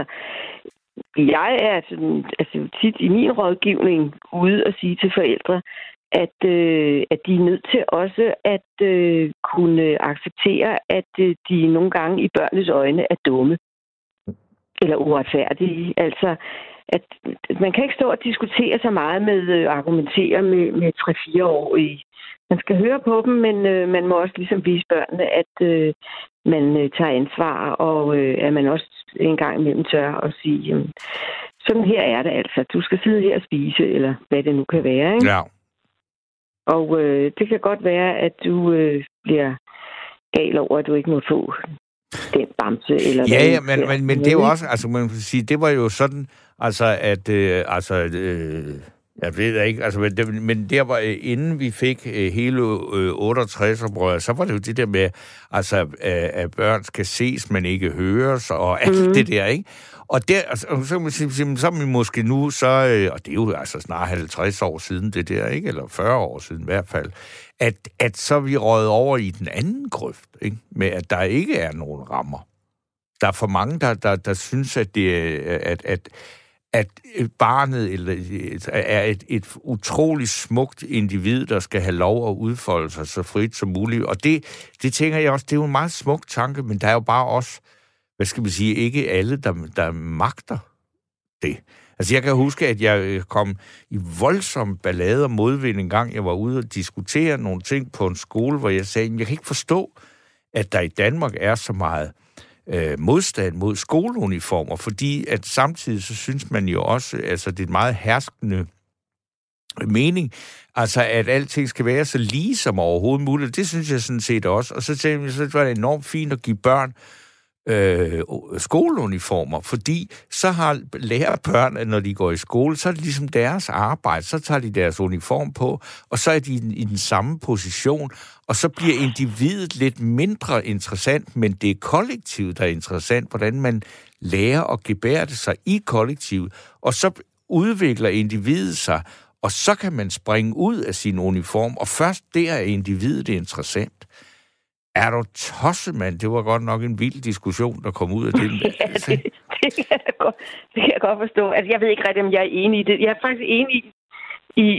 jeg er sådan, altså, tit i min rådgivning ude og sige til forældre, at, øh, at de er nødt til også at øh, kunne acceptere, at øh, de nogle gange i børnenes øjne er dumme eller uretfærdige. Altså, at man kan ikke stå og diskutere så meget med øh, argumentere med, med tre-fire år i. Man skal høre på dem, men øh, man må også ligesom vise børnene, at øh, man øh, tager ansvar, og øh, at man også en gang imellem tør at sige, øh, sådan her er det altså. Du skal sidde her og spise, eller hvad det nu kan være, ikke? Ja. Og øh, det kan godt være, at du øh, bliver gal over, at du ikke må få den bamse. Eller ja, ja, men, men, men det er jo også, altså man kan sige, det var jo sådan, altså at, øh, altså, øh, jeg ved ikke, altså, men, det, men der var, øh, inden vi fik øh, hele øh, otteogtres-oprøret, så var det jo det der med, altså, øh, at børn skal ses, men ikke høres, og alt mm-hmm. det der, ikke? Og der, altså, så kan man sige, så er vi måske nu, så, øh, og det er jo altså snart halvtreds år siden det der, ikke? Eller fyrre år siden i hvert fald, at, at så er vi røget over i den anden grøft, ikke? Med at der ikke er nogen rammer. Der er for mange, der, der, der synes, at, det, at, at, at barnet eller, er et, et utroligt smukt individ, der skal have lov at udfolde sig så frit som muligt. Og det, det tænker jeg også, det er jo en meget smuk tanke, men der er jo bare også, hvad skal man sige, ikke alle, der, der magter det. Altså, jeg kan huske, at jeg kom i voldsom ballade og modvind en gang, jeg var ude og diskutere nogle ting på en skole, hvor jeg sagde, jeg kan ikke forstå, at der i Danmark er så meget øh, modstand mod skoleuniformer, fordi at samtidig så synes man jo også, altså det er et meget herskende mening, altså at alting skal være så lige som overhovedet muligt. Det synes jeg sådan set også. Og så tænkte jeg, så var det enormt fint at give børn Øh, skoleuniformer, fordi så har lærer børn, at når de går i skole, så er det ligesom deres arbejde, så tager de deres uniform på, og så er de i den samme position, og så bliver individet lidt mindre interessant, men det er kollektivet, der er interessant, hvordan man lærer at gebærde sig i kollektivet, og så udvikler individet sig, og så kan man springe ud af sin uniform, og først der er individet interessant. Er du tosset, mand? Det var godt nok en vild diskussion, der kom ud af det. Ja, det, det, kan jeg godt, det kan jeg godt forstå. Altså, jeg ved ikke rigtig, om jeg er enig i det. Jeg er faktisk enig i,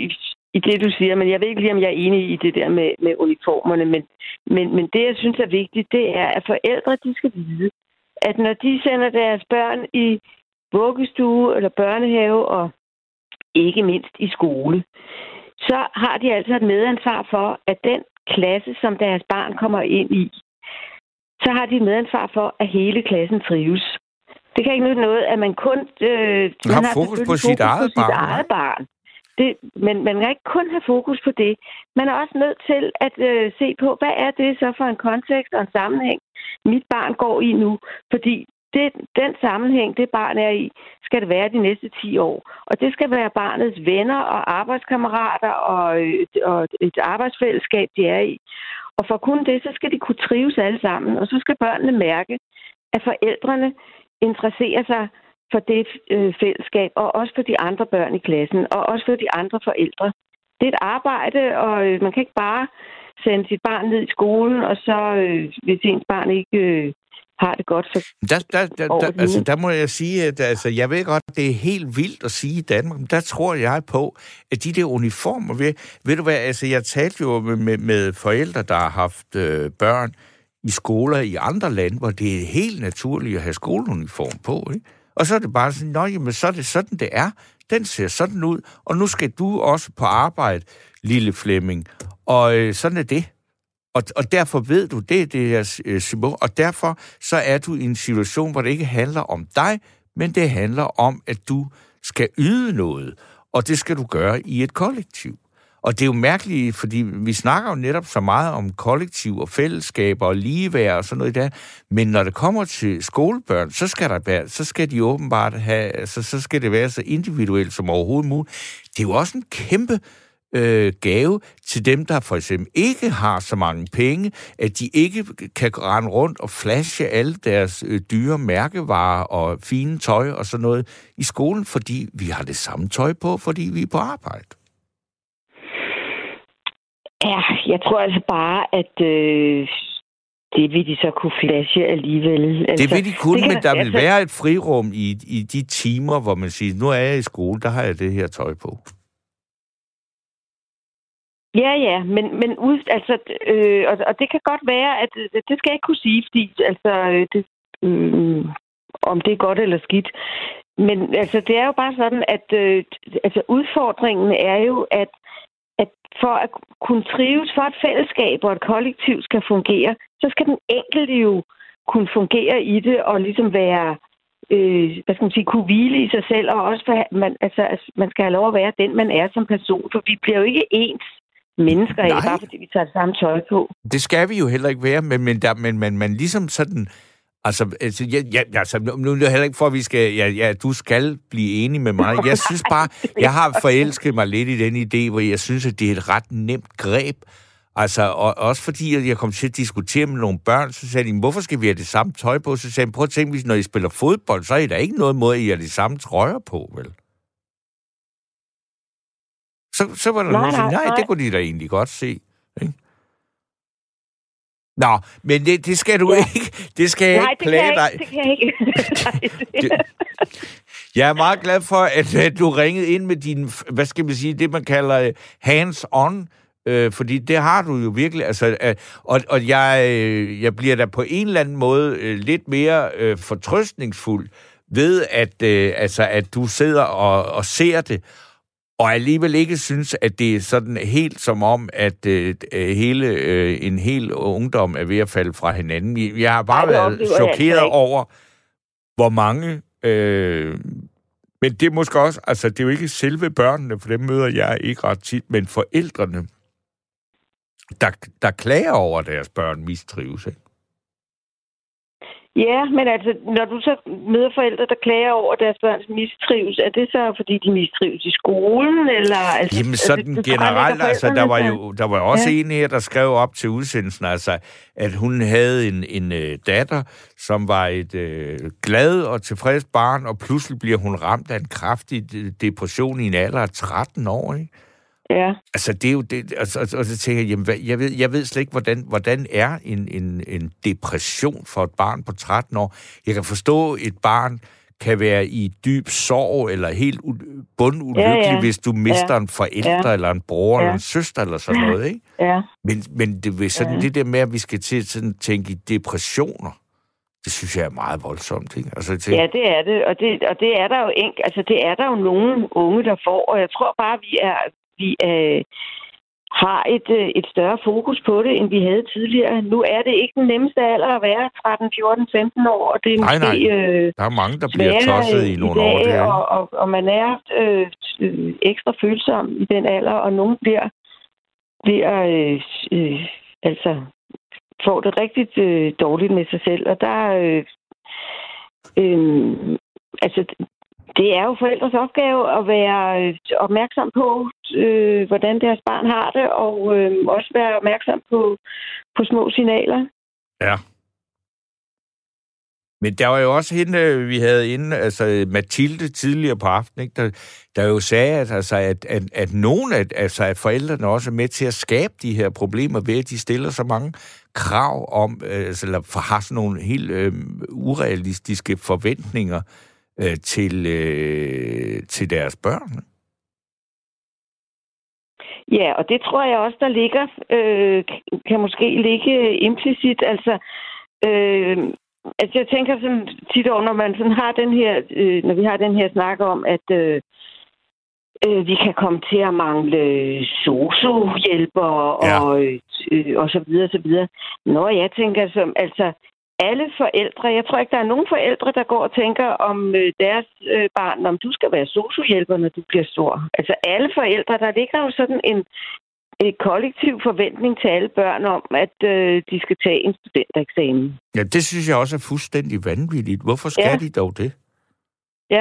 i det, du siger, men jeg ved ikke lige, om jeg er enig i det der med, med uniformerne, men, men, men det, jeg synes er vigtigt, det er, at forældre, de skal vide, at når de sender deres børn i vuggestue eller børnehave, og ikke mindst i skole, så har de altså et medansvar for, at den klasse, som deres barn kommer ind i, så har de et medansvar for, at hele klassen trives. Det kan ikke nytte noget, at man kun øh, man har, man har fokus på sit eget på barn. Sit eget barn. Det, men man kan ikke kun have fokus på det. Man er også nødt til at øh, se på, hvad er det så for en kontekst og en sammenhæng, mit barn går i nu. Fordi det, den sammenhæng, det barn er i, skal det være de næste ti år. Og det skal være barnets venner og arbejdskammerater og, øh, og et arbejdsfællesskab, de er i. Og for kun det, så skal de kunne trives alle sammen. Og så skal børnene mærke, at forældrene interesserer sig for det øh, fællesskab, og også for de andre børn i klassen, og også for de andre forældre. Det er et arbejde, og øh, man kan ikke bare sende sit barn ned i skolen, og så, øh, hvis ens barn ikke øh, har det godt, så... Der, der, der, der, altså, der må jeg sige, at altså, jeg ved godt, det er helt vildt at sige i Danmark, men der tror jeg på, at de der uniformer... Ved, ved du hvad, altså, jeg talte jo med, med forældre, der har haft øh, børn i skoler i andre lande, hvor det er helt naturligt at have skoleuniform på, ikke? Og så er det bare sådan, nå, jamen, så er det sådan, det er. Den ser sådan ud, og nu skal du også på arbejde, lille Flemming. Og øh, sådan er det. Og, og derfor ved du, det er det her øh, symbol, og derfor så er du i en situation, hvor det ikke handler om dig, men det handler om, at du skal yde noget, og det skal du gøre i et kollektiv. Og det er jo mærkeligt, fordi vi snakker jo netop så meget om kollektiv og fællesskaber og ligeværd og sådan noget der, men når det kommer til skolebørn, så skal der være, så skal de åbenbart have, altså, så skal det være så individuelt som overhovedet muligt. Det er jo også en kæmpe øh, gave til dem, der for eksempel ikke har så mange penge, at de ikke kan rende rundt og flashe alle deres øh, dyre mærkevarer og fine tøj og sådan noget i skolen, fordi vi har det samme tøj på, fordi vi er på arbejde. Ja, jeg tror altså bare, at øh, det vil de så kunne flashe alligevel. Altså, det vil de kunne, men der altså... vil være et frirum i, i de timer, hvor man siger, nu er jeg i skole, der har jeg det her tøj på. Ja, ja, men, men ud, altså, øh, og, og det kan godt være, at det skal jeg ikke kunne sige, fordi altså, det, øh, om det er godt eller skidt. Men altså, det er jo bare sådan, at øh, altså, udfordringen er jo, at at for at kunne trives, for et fællesskab og et kollektiv skal fungere, så skal den enkelte jo kunne fungere i det og ligesom være, øh, hvad skal man sige, kunne hvile i sig selv, og også for, man, altså, man skal have lov at være den, man er som person, for vi bliver jo ikke ens mennesker af, bare fordi vi tager det samme tøj på. Det skal vi jo heller ikke være, men, men, der, men man, man ligesom sådan... Altså, altså, jeg, jeg, altså nu er det heller ikke for, at vi skal... Ja, ja, du skal blive enig med mig. Jeg synes bare, jeg har forelsket mig lidt i den idé, hvor jeg synes, at det er et ret nemt greb. Altså, og også fordi, at jeg kom til at diskutere med nogle børn, så sagde de, hvorfor skal vi have det samme tøj på? Så sagde de, prøv at tænke, hvis når I spiller fodbold, så er der ikke noget måde, at I har de samme trøjer på, vel? Så, så var der nej, nogen, der sagde, nej, nej, det kunne de da egentlig godt se, ikke? Nå, men det, det skal du ja. ikke. Det skal jeg Nej, ikke plage dig. Nej, det kan jeg ikke. det, jeg er meget glad for, at, at du ringede ind med din, hvad skal man sige, det man kalder hands-on, øh, fordi det har du jo virkelig. Altså, øh, og og jeg, øh, jeg bliver da på en eller anden måde øh, lidt mere øh, fortrøstningsfuld ved, at, øh, altså, at du sidder og, og ser det, og alligevel ikke synes, at det er sådan helt som om, at øh, hele øh, en hel ungdom er ved at falde fra hinanden. Jeg har bare Ej, været chokeret over, hvor mange... Øh, men det er måske også... Altså, det er jo ikke selve børnene, for dem møder jeg ikke ret tit, men forældrene, der, der klager over, at deres børn mistrives, ikke? Ja, men altså, når du så møder forældre, der klager over deres børns mistrives, er det så, fordi de mistrives i skolen, eller... Altså, Jamen sådan altså, generelt, altså, der var jo der var også ja. en her, der skrev op til udsendelsen, altså, at hun havde en, en uh, datter, som var et uh, glad og tilfreds barn, og pludselig bliver hun ramt af en kraftig depression i en alder af tretten år, ikke? Ja. Altså, det er jo det, altså, og så tænker jeg, jamen, jeg ved, jeg ved slet ikke, hvordan, hvordan er en, en, en depression for et barn på tretten år. Jeg kan forstå, at et barn kan være i dyb sorg, eller helt u- bundulykkelig, ja, ja. hvis du mister ja. en forælder, ja. eller en bror, ja. eller en søster, eller sådan noget, ikke? Ja. Men, men det, vil sådan, ja. det der med, at vi skal til sådan tænke i depressioner, det synes jeg er meget voldsomt, ikke? Altså, til... Ja, det er det, og det, og det er der jo enk, altså det er der jo nogle unge, der får, og jeg tror bare, vi er, vi er, har et, et større fokus på det, end vi havde tidligere. Nu er det ikke den nemmeste alder at være tretten, fjorten, femten år, og det er nej, måske... Nej, der er mange, der bliver tosset i, i nogle dag, år. Det og, og, og man er øh, ekstra følsom i den alder, og nogen bliver, bliver øh, øh, altså... får det rigtig øh, dårligt med sig selv. Og der øh, øh, altså, det er jo forældres opgave at være øh, opmærksom på, øh, hvordan deres barn har det, og øh, også være opmærksom på, på små signaler. Ja. Men der var jo også hende, vi havde inde, altså Mathilde tidligere på aftenen, ikke? Der, der jo sagde, at, altså, at, at, at nogle af altså, at forældrene også er med til at skabe de her problemer ved, at de stiller så mange krav om, altså, eller har sådan nogle helt øh, urealistiske forventninger øh, til, øh, til deres børn. Ja, og det tror jeg også, der ligger, øh, kan måske ligge implicit, altså... Øh, Altså, jeg tænker sådan tit over, når man sådan har den her, øh, når vi har den her snak om, at øh, øh, vi kan komme til at mangle sosu-hjælpere ja. og, øh, og så videre, så videre. Når jeg tænker som, altså, alle forældre, jeg tror ikke, der er nogen forældre, der går og tænker om øh, deres øh, barn, om du skal være sosu-hjælper, når du bliver stor. Altså, alle forældre, der ligger jo sådan en en kollektiv forventning til alle børn om, at øh, de skal tage en studentereksamen. Ja, det synes jeg også er fuldstændig vanvittigt. Hvorfor skal ja. de dog det? Ja.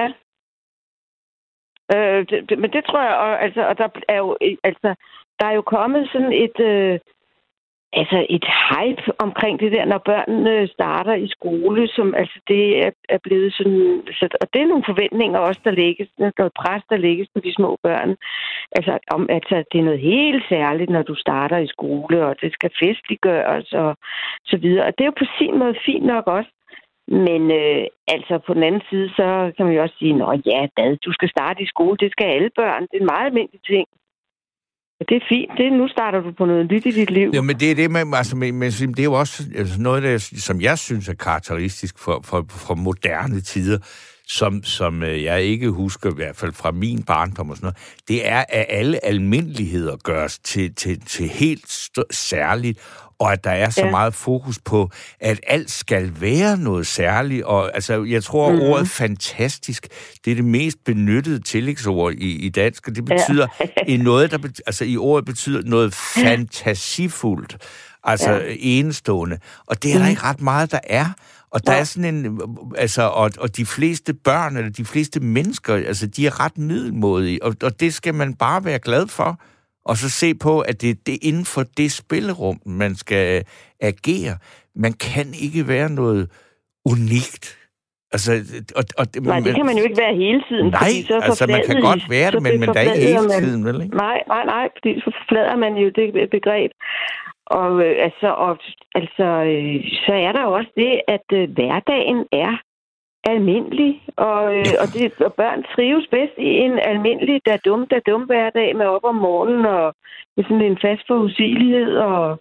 Øh, det, det, men det tror jeg, og, altså, og der er jo altså, der er jo kommet sådan et øh, altså et hype omkring det der, når børnene starter i skole, som altså det er, er blevet sådan, så, og det er nogle forventninger også, der lægges, noget pres, der lægges på de små børn. Altså, om, altså, det er noget helt særligt, når du starter i skole, og det skal festliggøres, og så videre. Og det er jo på sin måde fint nok også. Men øh, altså, på den anden side, så kan man jo også sige, nå ja, Dad, du skal starte i skole, det skal alle børn. Det er en meget almindelig ting. Det er fint. Det, nu starter du på noget nyt i dit liv. Ja, men det er det med, altså, men, men det er jo også altså, noget, der, som jeg synes er karakteristisk for, for, for moderne tider, som, som jeg ikke husker, i hvert fald fra min barndom og sådan noget, det er, at alle almindeligheder gøres til, til, til helt st- særligt, og at der er så ja. meget fokus på, at alt skal være noget særligt. Og altså, jeg tror, mm-hmm. ordet fantastisk, det er det mest benyttede tillægsord i, i dansk, og det betyder ja. i noget, der bet- altså i ordet betyder noget fantasifuldt, altså ja. enestående. Og det er mm. der ikke ret meget, der er. Og der ja. er sådan en, altså, og, og de fleste børn, eller de fleste mennesker, altså, de er ret middelmådige, og, og det skal man bare være glad for, og så se på, at det er inden for det spillerum, man skal agere. Man kan ikke være noget unikt. Altså, og, og, nej, det kan man jo ikke være hele tiden. Nej, så altså man kan godt være det, men, men der er ikke hele man, tiden, vel? Ikke? Nej, nej, nej, fordi så forflader man jo det begreb. Og øh, altså, og, altså øh, så er der jo også det, at øh, hverdagen er almindelig, og, øh, og, det, og børn trives bedst i en almindelig, der dum, der dum hverdag med op om morgenen, og med sådan en fast forudsigelighed, og,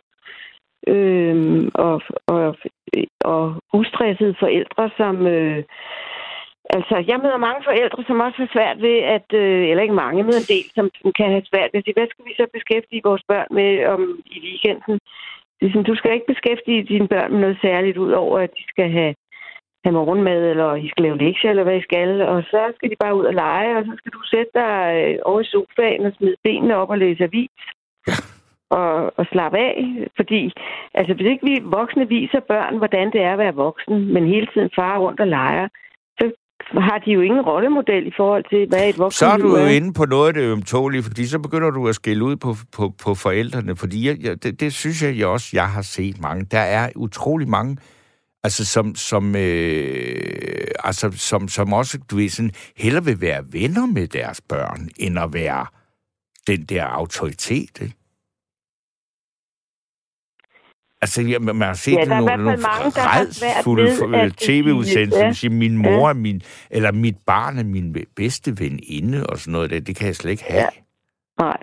øh, og, og, og ustressede forældre, som... Øh, altså, jeg møder mange forældre, som også har svært ved, at... Øh, eller ikke mange, jeg møder en del, som, som kan have svært ved at sige, hvad skal vi så beskæftige vores børn med om i weekenden? Det er sådan, du skal ikke beskæftige dine børn med noget særligt, ud over at de skal have have morgenmad, eller I skal lave lektier, eller hvad I skal, og så skal de bare ud og lege, og så skal du sætte dig over i sofaen og smide benene op og læse avis, og, og slappe af, fordi, altså hvis ikke vi voksne viser børn, hvordan det er at være voksen, men hele tiden farer rundt og leger, så har de jo ingen rollemodel i forhold til, hvad et voksen. Så er du jo inde på noget af det ømtålige, fordi så begynder du at skælde ud på, på, på forældrene, fordi jeg, jeg, det, det synes jeg, jeg også, jeg har set mange. Der er utrolig mange, altså som, som, øh, altså som, som også, du ved, sådan, hellere vil være venner med deres børn, end at være den der autoritet, ikke? Altså, ja, man har set Ja, der er nogle, i hvert nogle fald mange, der har svært rædselsfulde ved at tv-udsendelser, sige, ja. Siger, min mor Ja. er min, eller mit barn er min bedste veninde, og sådan noget der. Det kan jeg slet ikke have. Ja. Nej.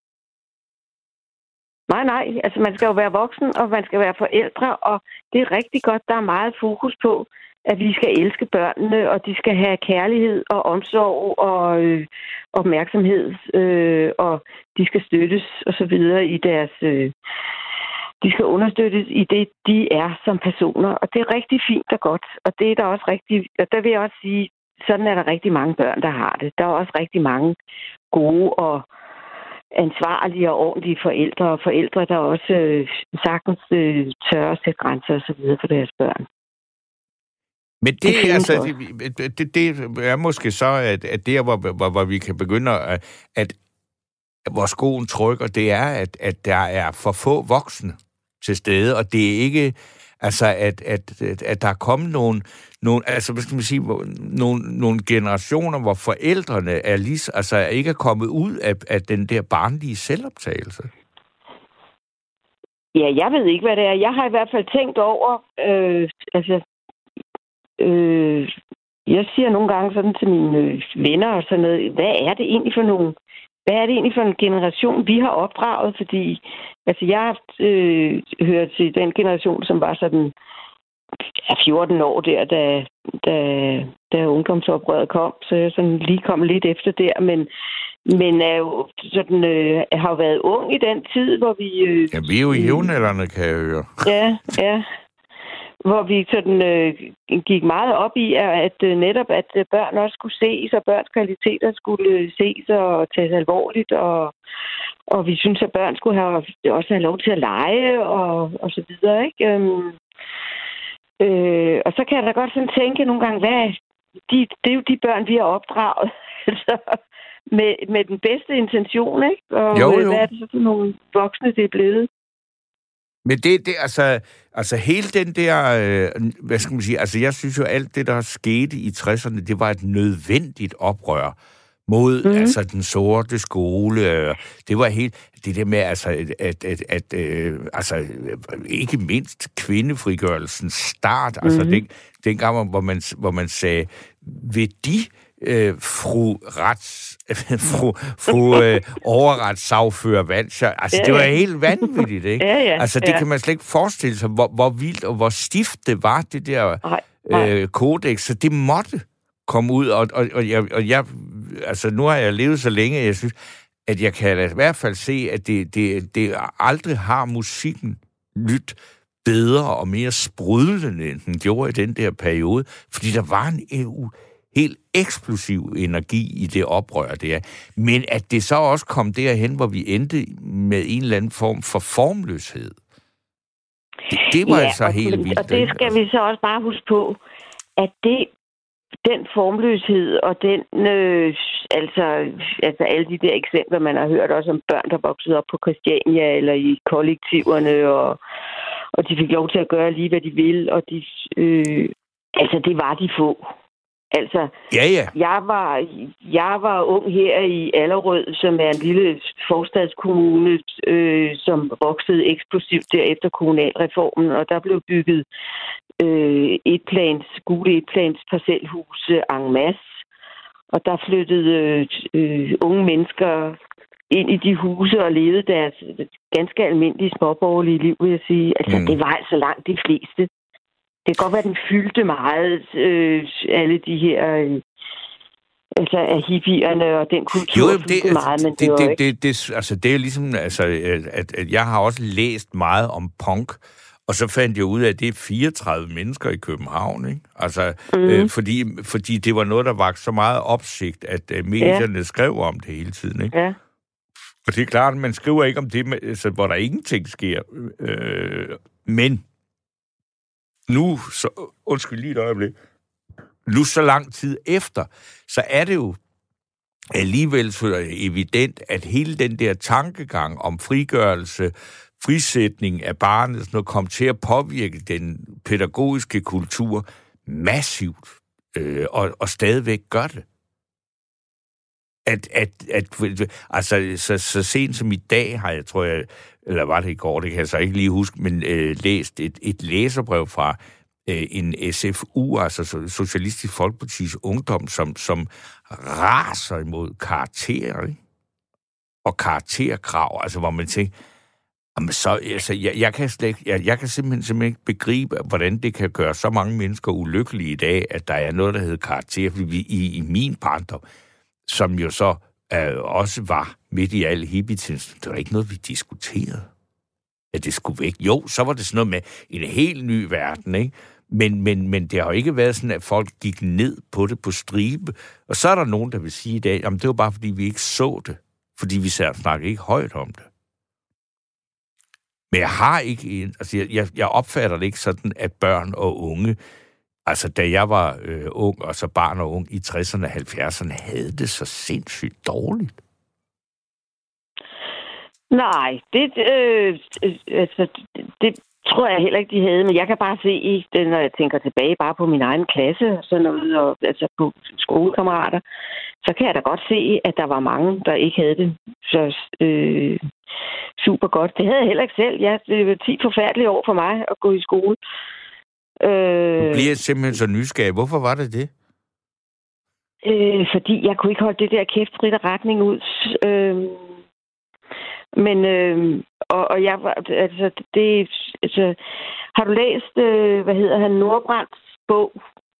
Nej, nej. Altså, man skal jo være voksen, og man skal være forældre, og det er rigtig godt, der er meget fokus på, at vi skal elske børnene, og de skal have kærlighed og omsorg og øh, opmærksomhed, øh, og de skal støttes og så videre i deres... Øh, de skal understøttes i det, de er som personer, og det er rigtig fint og godt, og det er der også rigtig... Og der vil jeg også sige, sådan er der rigtig mange børn, der har det. Der er også rigtig mange gode og ansvarlige og ordentlige forældre, og forældre, der også øh, sagtens øh, tør at sætte grænser og så videre for deres børn. Men det, det, altså, det, det, det er måske så, at, at det, hvor, hvor, hvor vi kan begynde, at, at hvor skoen trykker, det er, at, at der er for få voksne til stede, og det er ikke, altså, at, at, at, at der er kommet nogle, nogle, altså, hvad skal man sige, nogle, nogle generationer, hvor forældrene er lige, altså, ikke er kommet ud af, af den der barnlige selvoptagelse. Ja, jeg ved ikke, hvad det er. Jeg har i hvert fald tænkt over, øh, altså, øh, jeg siger nogle gange sådan til mine øh, venner og sådan noget, hvad er det egentlig for nogle, hvad er det egentlig for en generation, vi har opdraget? Fordi, altså, jeg har øh, hørt til den generation, som var sådan ja, fjorten år der, da, da, da ungdomsoprøret kom, så jeg sådan lige kom lidt efter der, men Men er jo sådan, øh, har jo været ung i den tid, hvor vi... Øh, ja, vi er jo i jævnaldrende, kan jeg høre. Ja, ja. Hvor vi sådan øh, gik meget op i, at øh, netop, at børn også skulle ses, og børns kvaliteter skulle ses og tages alvorligt, og, og vi synes, at børn skulle have, også have lov til at lege, og, og så videre, ikke? Øhm, øh, og så kan jeg da godt sådan tænke nogle gange, hvad de, det er jo de børn, vi har opdraget, altså... Med, med den bedste intention, ikke? Og jo, jo. Hvad er det så for nogle voksne, det er blevet? Men det, det altså, altså hele den der, øh, hvad skal man sige, altså jeg synes jo, alt det, der skete i tresserne, det var et nødvendigt oprør mod mm. altså den sorte skole. Det var helt, det der med, altså, at, at, at, at øh, altså, ikke mindst kvindefrigørelsens start, altså mm. den, dengang, hvor man, hvor man sagde, ved de Øh, fru rets, fru, fru øh, overretssagfører Vanscher. Altså, ja, det var ja. helt vanvittigt, ikke? Ja, ja, altså, det ja. kan man slet ikke forestille sig, hvor, hvor vildt og hvor stift det var, det der nej, nej. Øh, kodex. Så det måtte komme ud, og, og, og, jeg, og jeg, altså, nu har jeg levet så længe, jeg synes, at jeg kan i hvert fald se, at det, det, det aldrig har musikken lyttet bedre og mere sprudlende, end den gjorde i den der periode, fordi der var en E U helt eksplosiv energi i det oprør, det er. Men at det så også kom derhen, hvor vi endte med en eller anden form for formløshed. Det, det var ja, altså og helt det, vildt. Og det skal vi så også bare huske på, at det, den formløshed og den, øh, altså, altså alle de der eksempler, man har hørt også om børn, der voksede op på Christiania eller i kollektiverne, og, og de fik lov til at gøre lige, hvad de ville, og de, øh, altså det var de få. Altså, ja, ja. Jeg, var, jeg var ung her i Allerød, som er en lille forstadskommune, øh, som voksede eksplosivt der efter kommunalreformen, og der blev bygget øh, etplans, gule etplans parcelhuse en masse, og der flyttede øh, unge mennesker ind i de huse og levede deres ganske almindelige småborgerlige liv, vil jeg sige. Altså, mm. det var altså langt de fleste. Det kan godt være, at den fyldte meget, øh, alle de her, øh, altså af hippierne og den kultur jo, det, fyldte meget, men det, det, var det, ikke. Det, det, altså, det er ligesom, altså, at, at jeg har også læst meget om punk, og så fandt jeg ud af, at det er fireogtredive mennesker i København, ikke? Altså, mm. øh, fordi, fordi det var noget, der var så meget opsigt, at øh, medierne ja. skrev om det hele tiden, ikke? Ja. Og det er klart, at man skriver ikke om det, altså, hvor der ingenting sker, øh, men nu, så, undskyld lige et øjeblik, nu så lang tid efter, så er det jo alligevel så evident, at hele den der tankegang om frigørelse, frisætning af barnet, sådan noget, kom til at påvirke den pædagogiske kultur massivt, øh, og, og stadigvæk gør det. at, at, at altså, så, så sent som i dag har jeg, tror jeg, eller var det i går, det kan jeg så ikke lige huske, men øh, læst et, et læserbrev fra øh, en S F U, altså Socialistisk Folkepartis Ungdom, som, som raser imod karakterer, ikke? Og karakterkrav, altså hvor man tænker, jamen så, altså, jeg, jeg, kan slet, jeg, jeg kan simpelthen, simpelthen ikke begribe, hvordan det kan gøre så mange mennesker ulykkelige i dag, at der er noget, der hedder karakter, fordi vi i, i min barndom, som jo så øh, også var midt i alle hippietjenester, det var ikke noget, vi diskuterede. At det skulle væk. Jo, så var det sådan noget med en helt ny verden, ikke? Men, men, men det har jo ikke været sådan, at folk gik ned på det på stribe. Og så er der nogen, der vil sige i dag, jamen det var bare, fordi vi ikke så det. Fordi vi snakker ikke højt om det. Men jeg har ikke en... Altså, jeg, jeg opfatter det ikke sådan, at børn og unge... Altså, da jeg var øh, ung, og så barn og ung i tresserne og halvfjerdserne, havde det så sindssygt dårligt. Nej, det, øh, altså, det tror jeg heller ikke, de havde. Men jeg kan bare se, det, når jeg tænker tilbage bare på min egen klasse og sådan noget, og, altså på skolekammerater, så kan jeg da godt se, at der var mange, der ikke havde det så øh, super godt. Det havde jeg heller ikke selv. Ja, det var ti forfærdelige år for mig at gå i skole. Øh, du bliver simpelthen så nysgerrig. Hvorfor var det det? Øh, fordi jeg kunne ikke holde det der kæftfrit og retning ud. Øh, men, øh, og, og jeg var, altså, det, altså, har du læst, øh, hvad hedder han, Nordbrands bog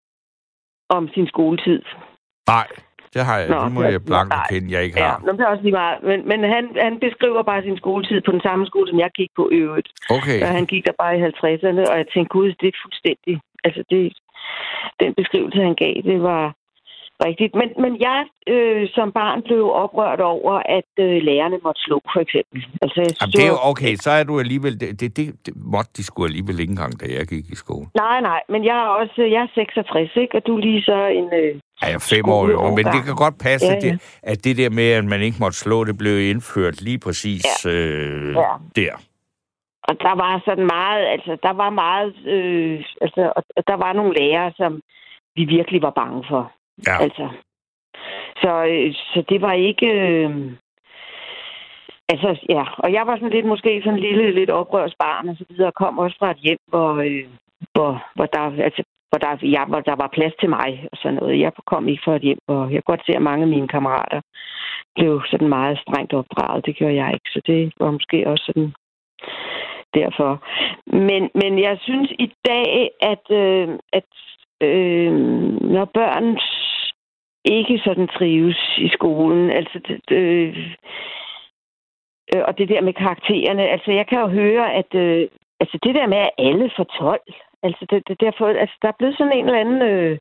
om sin skoletid? Nej. Det har jeg. Nå, det må jeg blankt erkende, jeg ikke har. Ja, det er også lige meget. Men, men han, han beskriver bare sin skoletid på den samme skole, som jeg gik på øvrigt. Okay. Og han gik der bare i halvtredserne, og jeg tænkte, gud, det er fuldstændig... Altså, det, den beskrivelse, han gav, det var rigtigt. Men, men jeg øh, som barn blev oprørt over, at øh, lærerne måtte slå, for eksempel. Altså, Jamen, så... det er jo okay, så er du alligevel... Det, det, det, det måtte de sgu alligevel ikke engang, da jeg gik i skole. Nej, nej, men jeg er også... Jeg er seksogtres, ikke? Og du er lige så en... Øh, Ja, jeg er fem år jo, men det kan godt passe, ja, ja. Det, at det der med, at man ikke måtte slå, det blev indført lige præcis ja. Øh, ja. der. Og der var sådan meget, altså der var meget, øh, altså og der var nogle lærere, som vi virkelig var bange for. Ja. Altså, så, øh, så det var ikke, øh, altså ja, og jeg var sådan lidt måske sådan en lille, lidt oprørsbarn og så videre, og kom også fra et hjem, hvor, øh, hvor, hvor der, altså hvor der, ja, hvor der var plads til mig og sådan noget. Jeg kom ikke fra et hjem, og jeg kan godt se, at mange af mine kammerater blev sådan meget strengt opdraget. Det gjorde jeg ikke, så det var måske også sådan derfor. Men, men jeg synes i dag, at, øh, at øh, når børn ikke sådan trives i skolen, altså øh, øh, og det der med karaktererne, altså jeg kan jo høre, at øh, altså det der med, at alle får tolv, altså, det, det, derfor, altså der er blevet sådan en eller anden øh,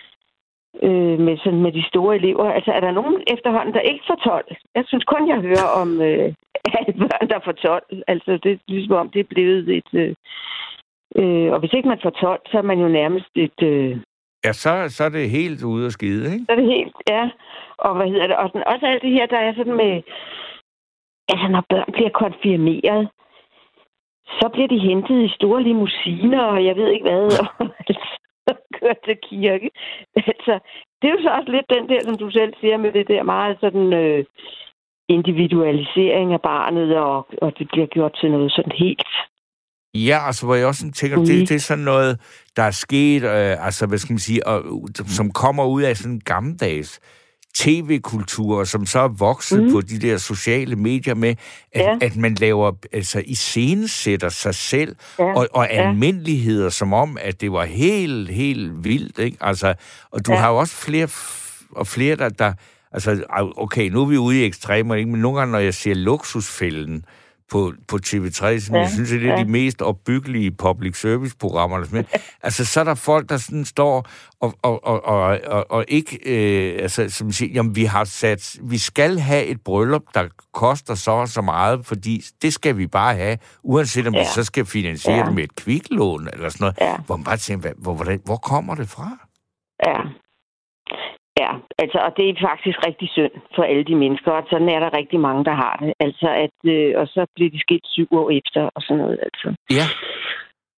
øh, med, sådan, med de store elever. Altså er der nogen efterhånden, der ikke får tolv? Jeg synes kun, jeg hører om øh, alle børn, der får tolv. Altså det er ligesom om, det er blevet et... Øh, øh, og hvis ikke man får tolv, så er man jo nærmest et... Øh, ja, så, så er det helt ude at skide, ikke? Så er det helt, ja. Og hvad hedder det? Og sådan, også alt det her, der er sådan med... Altså når børn bliver konfirmeret, så bliver de hentet i store limousiner, og jeg ved ikke hvad, og kørt til kirke. Altså, det er jo så også lidt den der, som du selv siger, med det der meget sådan øh, individualisering af barnet, og, og det bliver gjort til noget sådan helt... Ja, altså, hvor jeg også tænker, mm. det, det er sådan noget, der er sket, øh, altså, hvad skal man sige, og, som kommer ud af sådan en gammeldags tv-kultur, som så er vokset mm. på de der sociale medier med, at, ja. at man laver, altså iscenesætter sig selv, ja. og, og almindeligheder, ja. som om, at det var helt, helt vildt, ikke? Altså, og du ja. har jo også flere og flere, der, der, altså, okay, nu er vi ude i ekstremer, ikke? Men nogle gange, når jeg ser Luksusfælden på, på T V tre, som ja. jeg synes, det er ja. de mest opbyggelige public service-programmer. Altså, så er der folk, der sådan står og, og, og, og, og, og ikke, øh, altså, som siger, jamen, vi har sat, vi skal have et bryllup, der koster så og så meget, fordi det skal vi bare have, uanset om ja. vi så skal finansiere ja. det med et kviklån, eller sådan noget. Ja. Hvor man bare tænker, hvor, hvor, hvor kommer det fra? Ja. Ja, altså, og det er faktisk rigtig synd for alle de mennesker, og sådan er der rigtig mange, der har det. Altså, at, øh, og så bliver de skilt syv år efter, og sådan noget, altså. Ja.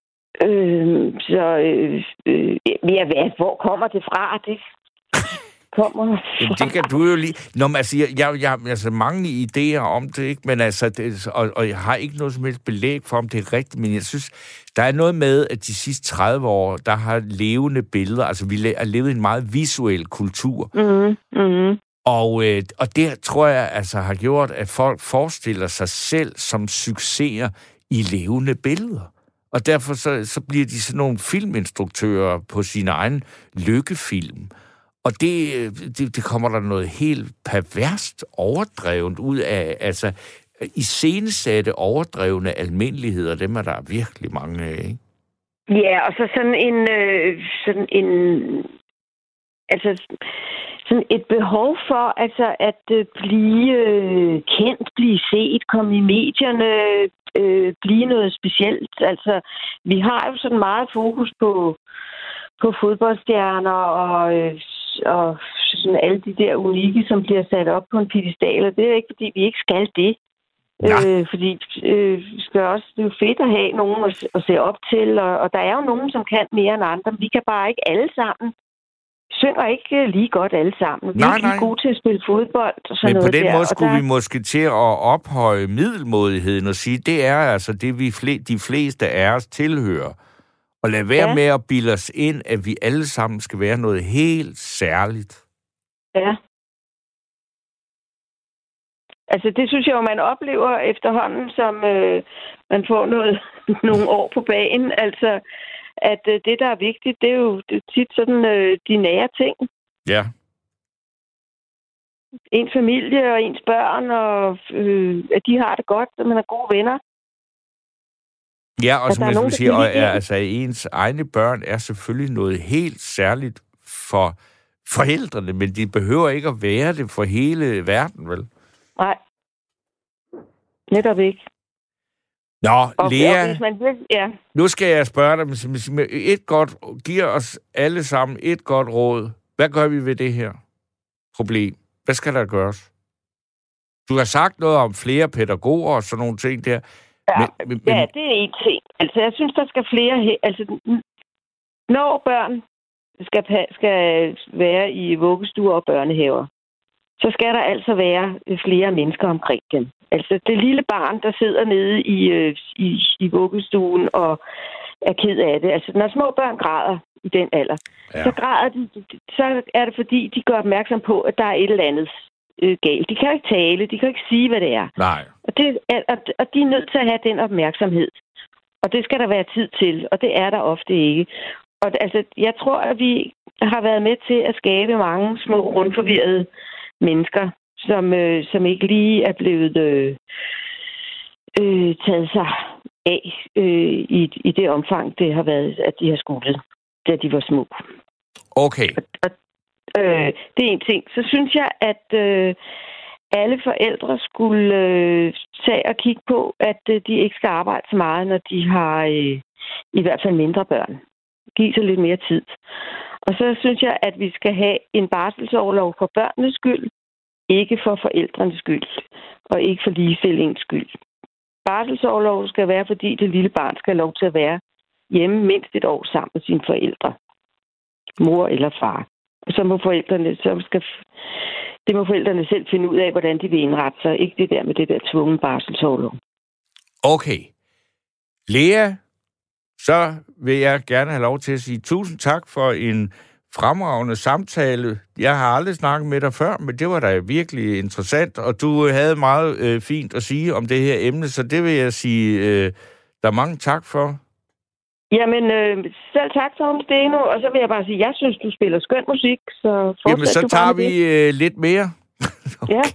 Øh, så, øh, øh, ja, hvor kommer det fra? Det kommer. Det kan du jo lige... Nå, men altså, jeg, jeg, jeg har altså mange idéer om det, ikke? Men altså, det, og, og jeg har ikke noget som helst belæg for, om det er rigtigt, men jeg synes, der er noget med, at de sidste tredive år, der har levende billeder, altså vi har levet i en meget visuel kultur. Mm-hmm. Mm-hmm. Og, øh, og det tror jeg altså har gjort, at folk forestiller sig selv som succeser i levende billeder. Og derfor så, så bliver de sådan nogle filminstruktører på sin egen lykkefilm. Og det, det, det kommer der noget helt perverst overdrevet ud af. Altså, iscenesatte overdrevne almindeligheder, dem er der virkelig mange af, ikke? Ja, og så sådan en... Øh, sådan en altså... sådan et behov for altså at øh, blive øh, kendt, blive set, komme i medierne, øh, blive noget specielt. Altså, vi har jo sådan meget fokus på, på fodboldstjerner og, øh, og sådan alle de der unikke, som bliver sat op på en piedestal. Og det er ikke, fordi vi ikke skal det. Ja. Øh, fordi øh, skal også, det er jo fedt at have nogen at, at se op til, og, og der er jo nogen, som kan mere end andre. Vi kan bare ikke alle sammen. Synger ikke lige godt alle sammen. Vi nej, er ikke lige gode til at spille fodbold og sådan Men noget på den der. måde skulle der... vi måske til at ophøje middelmådigheden og sige, det er altså det, vi fle- de fleste af os tilhører. Og lad være ja. med at bilde os ind, at vi alle sammen skal være noget helt særligt. Ja. Altså, det synes jeg jo, man oplever efterhånden, som øh, man får noget, nogle år på bagen. Altså, at øh, det, der er vigtigt, det er jo det er tit sådan øh, de nære ting. Ja. Ens familie og ens børn, og øh, at de har det godt, og man er gode venner. Ja, og som jeg nogen, siger, og er, altså, ens egne børn er selvfølgelig noget helt særligt for forældrene, men de behøver ikke at være det for hele verden, vel? Nej. Netop ikke. Nå, og, Lea, og man vil, ja. nu skal jeg spørge dig, med et godt, giver os alle sammen et godt råd. Hvad gør vi ved det her problem? Hvad skal der gøres? Du har sagt noget om flere pædagoger og sådan nogle ting der. Ja, men, men, ja det er en ting. Altså, jeg synes, der skal flere... Altså, når børn skal, skal være i vuggestuer og børnehaver, så skal der altså være flere mennesker omkring dem. Altså, det lille barn, der sidder nede i, i, i vuggestuen og er ked af det. Altså, når små børn græder i den alder, ja. så græder de, så er det fordi, de gør opmærksom på, at der er et eller andet øh, galt. De kan ikke tale, de kan ikke sige, hvad det er. Nej. Og, det er, og de er nødt til at have den opmærksomhed. Og det skal der være tid til, og det er der ofte ikke. Og altså, jeg tror, at vi har været med til at skabe mange små, rundforvirrede mennesker, som, øh, som ikke lige er blevet øh, øh, taget sig af øh, i, i det omfang, det har været, at de har skolet, da de var små. Okay. Og, og, øh, det er en ting. Så synes jeg, at øh, alle forældre skulle øh, tage og kigge på, at øh, de ikke skal arbejde så meget, når de har øh, i hvert fald mindre børn. Giv sig lidt mere tid. Og så synes jeg, at vi skal have en barselsorlov for børnenes skyld, ikke for forældrenes skyld, og ikke for ligestillingens skyld. Barselsorlov skal være, fordi det lille barn skal have lov til at være hjemme mindst et år sammen med sine forældre. Mor eller far. Og så må forældrene, så skal, det må forældrene selv finde ud af, hvordan de vil indrette sig. Ikke det der med det der tvungen barselsorlov. Okay. Lea, så vil jeg gerne have lov til at sige tusind tak for en fremragende samtale. Jeg har aldrig snakket med dig før, men det var da virkelig interessant, og du havde meget øh, fint at sige om det her emne, så det vil jeg sige øh, der mange tak for. Jamen, øh, selv tak, Tom Steno, og så vil jeg bare sige, jeg synes, du spiller skøn musik, så fortsæt. Jamen, så tager vi øh, lidt mere. Okay. Ja.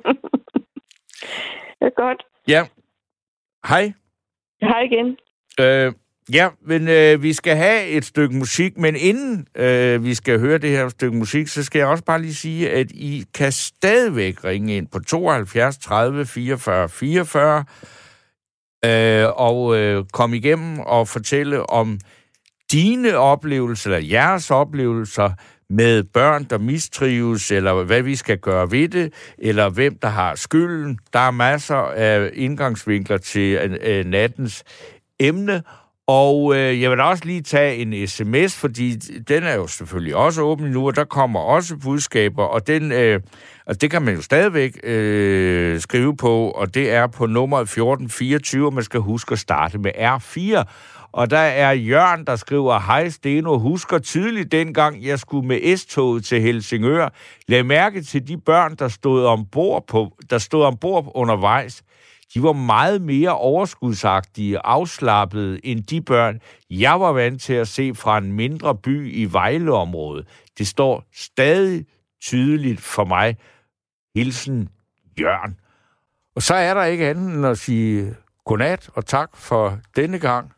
Det er godt. Ja. Hej. Hej igen. Øh, ja, men øh, vi skal have et stykke musik, men inden øh, vi skal høre det her stykke musik, så skal jeg også bare lige sige, at I kan stadigvæk ringe ind på tooghalvfjerds tredive fireogfyrre fireogfyrre øh, og øh, komme igennem og fortælle om dine oplevelser, eller jeres oplevelser med børn, der mistrives, eller hvad vi skal gøre ved det, eller hvem der har skylden. Der er masser af indgangsvinkler til øh, nattens emne, Og øh, jeg vil da også lige tage en sms, fordi den er jo selvfølgelig også åben nu, og der kommer også budskaber, og, den, øh, og det kan man jo stadigvæk øh, skrive på, og det er på nummer fjorten fireogtyve, og man skal huske at starte med R fire. Og der er Jørgen, der skriver, hej Steno, husker tydeligt dengang, jeg skulle med S-toget til Helsingør. Lag mærke til de børn, der stod ombord, på, der stod ombord undervejs. De var meget mere overskudsagtige og afslappede end de børn, jeg var vant til at se fra en mindre by i Vejleområdet. Det står stadig tydeligt for mig. Hilsen Jørgen. Og så er der ikke andet end at sige godnat og tak for denne gang.